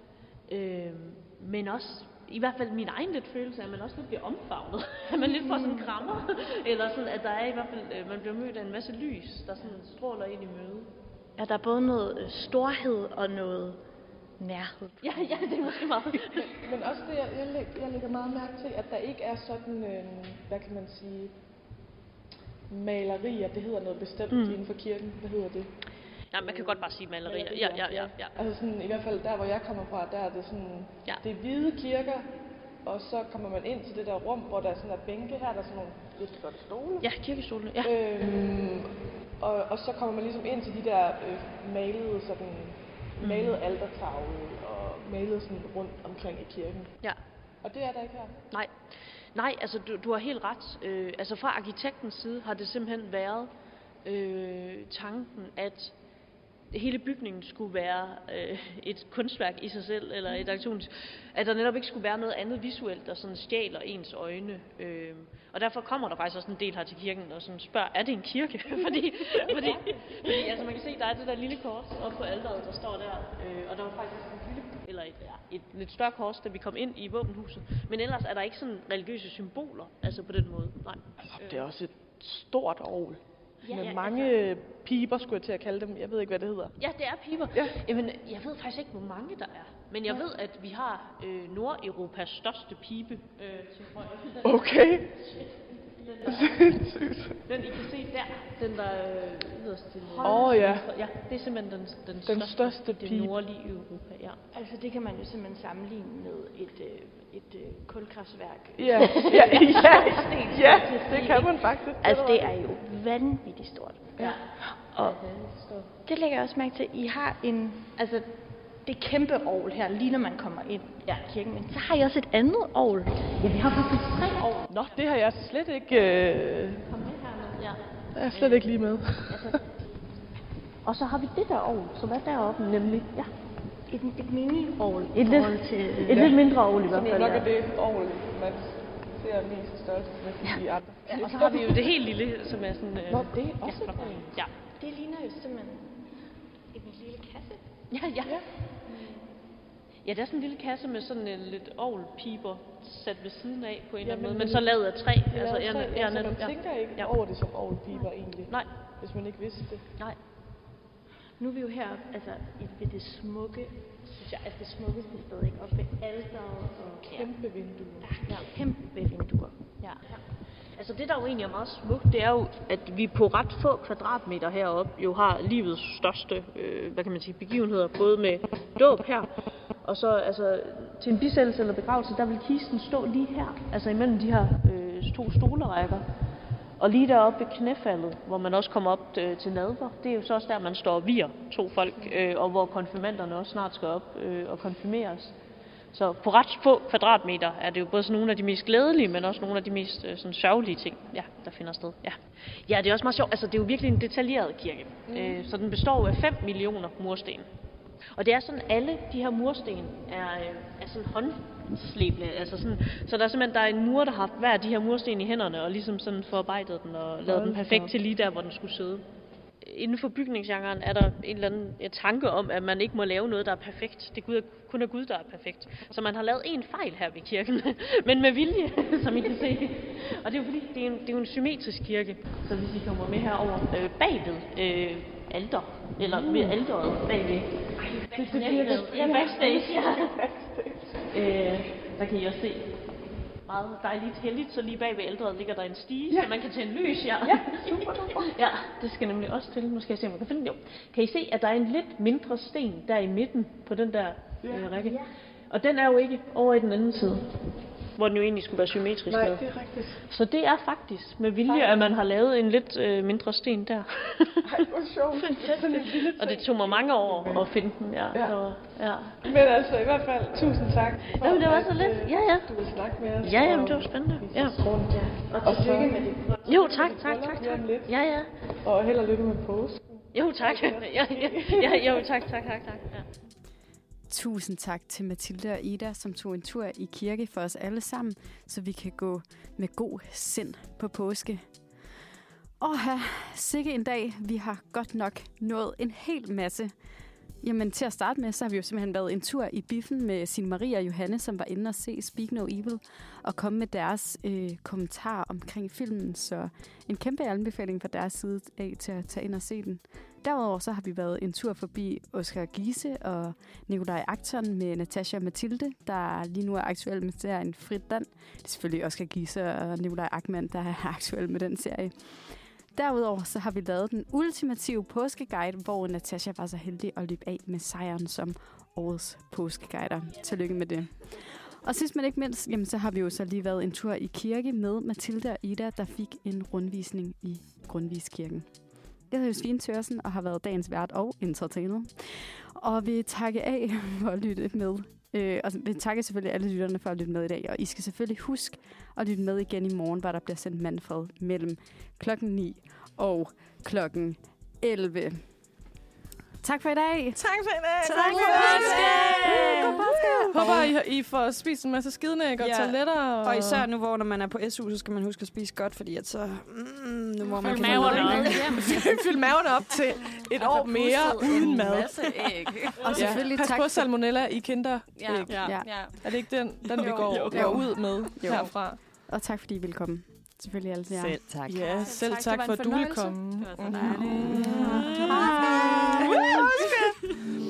Men også, i hvert fald min egen lidt følelse af, at man også lidt bliver omfavnet. At man lidt får sådan en krammer. Eller sådan, at der er i hvert fald, man bliver mødt af en masse lys, der sådan stråler ind i møde. Er der både noget storhed og noget nærhed? Ja, det er måske meget. Men også det, jeg lægger meget mærke til, at der ikke er sådan, hvad kan man sige, malerier. Det hedder noget bestemt inden for kirken. Hvad hedder det? Ja, man kan godt bare sige malerier. Ja. Altså sådan, i hvert fald der, hvor jeg kommer fra, der er det sådan, det er hvide kirker, og så kommer man ind til det der rum, hvor der er sådan der bænke her, der er sådan nogle lidt flotte stole. Ja, kirkestolene, ja. Og så kommer man ligesom ind til de der malede altertavle og malede sådan rundt omkring i kirken. Ja. Og det er der ikke her? Nej, altså du har helt ret. Altså fra arkitektens side har det simpelthen været tanken, at hele bygningen skulle være et kunstværk i sig selv, eller et aktions, at der netop ikke skulle være noget andet visuelt, der sådan stjæler ens øjne. Og derfor kommer der faktisk også en del her til kirken, og sådan spørger, er det en kirke? fordi altså man kan se, der er det der lille kors oppe på alteret, der står der, og der var faktisk et lidt større kors, da vi kom ind i våbenhuset. Men ellers er der ikke sådan religiøse symboler, altså på den måde. Nej. Altså, det er også et stort orgel. Med mange piber, skulle jeg til at kalde dem. Jeg ved ikke, hvad det hedder. Ja, det er piber. Ja. Jamen, jeg ved faktisk ikke, hvor mange der er. Men jeg ved, at vi har Nordeuropas største pibe til højre. Okay. Den, I kan se der, den der yderst til ja. Ja, det er simpelthen den største pibe i det nordlige Europa, ja. Altså det kan man jo simpelthen sammenligne med et kulkraftværk. Ja, det kan man faktisk. Altså det er jo vanvittigt stort. Ja. Og det lægger jeg også mærke til, I har det kæmpe orgel her, lige når man kommer ind i kirken. Men så har I også et andet orgel. Ja, vi har faktisk 3 orgel. Nå, det har jeg slet ikke... Kom med her, ja. Jeg er slet ikke lige med. Og så har vi det der orgel, som er deroppe nemlig. Ja. Et mini-orgel. Et lidt mindre orgel i hvert fald. Som nok er det orgel, man ser mest størrelse med de andre. Ja, og så har vi jo det helt lille, som er sådan... Nå, det er også ja. Det ligner jo simpelthen en lille kasse. Ja. Ja, det er sådan en lille kasse med sådan en lidt orgelpiber sat ved siden af på en eller anden måde, men så lavet af træ. Så man tænker ikke over det som orgelpiber egentlig. Nej. Hvis man ikke vidste det. Nej. Nu er vi jo her, ved det smukke, synes jeg, det smukkeste sted, ikke? Oppe ved alteret og kæmpe vinduer. Ja, kæmpe vinduer. Ja. Altså det, der jo egentlig er meget smukt, det er jo, at vi på ret få kvadratmeter heroppe jo har livets største, begivenheder, både med dåb her, og så altså til en bisættelse eller begravelse, der vil kisten stå lige her, altså imellem de her 2 stolerækker. Og lige deroppe ved knæfaldet, hvor man også kommer op til nadver, det er jo så også der, man står og vier 2 folk, og hvor konfirmanderne også snart skal op og konfirmeres. Så på ret få kvadratmeter er det jo både sådan nogle af de mest glædelige, men også nogle af de mest sådan sørgelige ting, der finder sted. Ja, det er også meget sjovt. Altså, det er jo virkelig en detaljeret kirke. Så den består af 5 millioner mursten. Og det er sådan, alle de her mursten er sådan håndslebne. Altså sådan, så der er simpelthen en mur, der har haft hver af de her mursten i hænderne, og ligesom sådan forarbejdet den og lavet den perfekt til lige der, hvor den skulle sidde. Inden for bygningsgenren er der en eller anden tanke om, at man ikke må lave noget, der er perfekt. Det kun er Gud, der er perfekt. Så man har lavet en fejl her ved kirken, men med vilje, som I kan se. Og det er jo fordi, det er jo en symmetrisk kirke. Så hvis I kommer med herover bagved alter, eller ved alteret bagved. Backstage. Der kan I også se meget dejligt heldigt, så lige bag ved alteret ligger der en stige, så man kan tænde lys. Ja, super. Ja, det skal nemlig også til. Nu skal jeg se, om man kan finde den. Jo. Kan I se, at der er en lidt mindre sten der i midten på den der række? Og den er jo ikke over i den anden side, hvor den jo egentlig skulle være symmetrisk. Nej, med. det er rigtigt. Så det er faktisk med vilje, at man har lavet en lidt mindre sten der. Ej, hvor sjovt. Og det tog mig mange år at finde den, ja. Ja. Så, ja. Men altså i hvert fald, tusind tak. Jamen, det var så lidt. Ja. Du vil snakke med os. Ja, jamen, det var spændende. Ja. Og tillykke med dit. Jo, tak. Ja. Og held og lykke med påsken. Jo, tak. Jo, tak. Ja. Tusind tak til Mathilde og Ida, som tog en tur i kirke for os alle sammen, så vi kan gå med god sind på påske. Sikke en dag. Vi har godt nok nået en hel masse. Jamen, til at starte med, så har vi jo simpelthen været en tur i biffen med Signe Marie og Johanne, som var inde og se Speak No Evil, og komme med deres kommentarer omkring filmen. Så en kæmpe anbefaling fra deres side af til at tage ind og se den. Derudover så har vi været en tur forbi Oscar Giese og Nikolaj Akton med Natasha og Mathilde, der lige nu er aktuel med serien Frit Land. Det er selvfølgelig Oscar Giese og Nikolaj Akman, der er aktuel med den serie. Derudover så har vi lavet den ultimative påskeguide, hvor Natasha var så heldig at løbe af med sejren som årets påskeguider. Tillykke med det. Og sidst men ikke mindst, jamen, så har vi jo så lige været en tur i kirke med Mathilde og Ida, der fik en rundvisning i Grundtviskirken. Jeg hedder Josefine Thørsen og har været dagens vært og entertainer. Og vil takke af for at lytte med. Og vil takke selvfølgelig alle lytterne for at lytte med i dag. Og I skal selvfølgelig huske at lytte med igen i morgen, hvor der bliver sendt Manfred mellem klokken 9 og klokken 11. Tak for i dag. Tak for i dag. Tak for påske. God påske. Håber, I får spist en masse skidenæg og toiletter. Og især nu, hvor når man er på SU, så skal man huske at spise godt, fordi at så... nu hvor man Fyld maven op til et år mere uden mad. Og selvfølgelig pas tak på salmonella i kinder. Ja. Er det ikke den vi går ud med herfra? Og tak fordi I ville komme. Selvfølgelig alle jer. Selv tak. Ja, selv tak for at du ville komme. Det var så dejligt. Hej.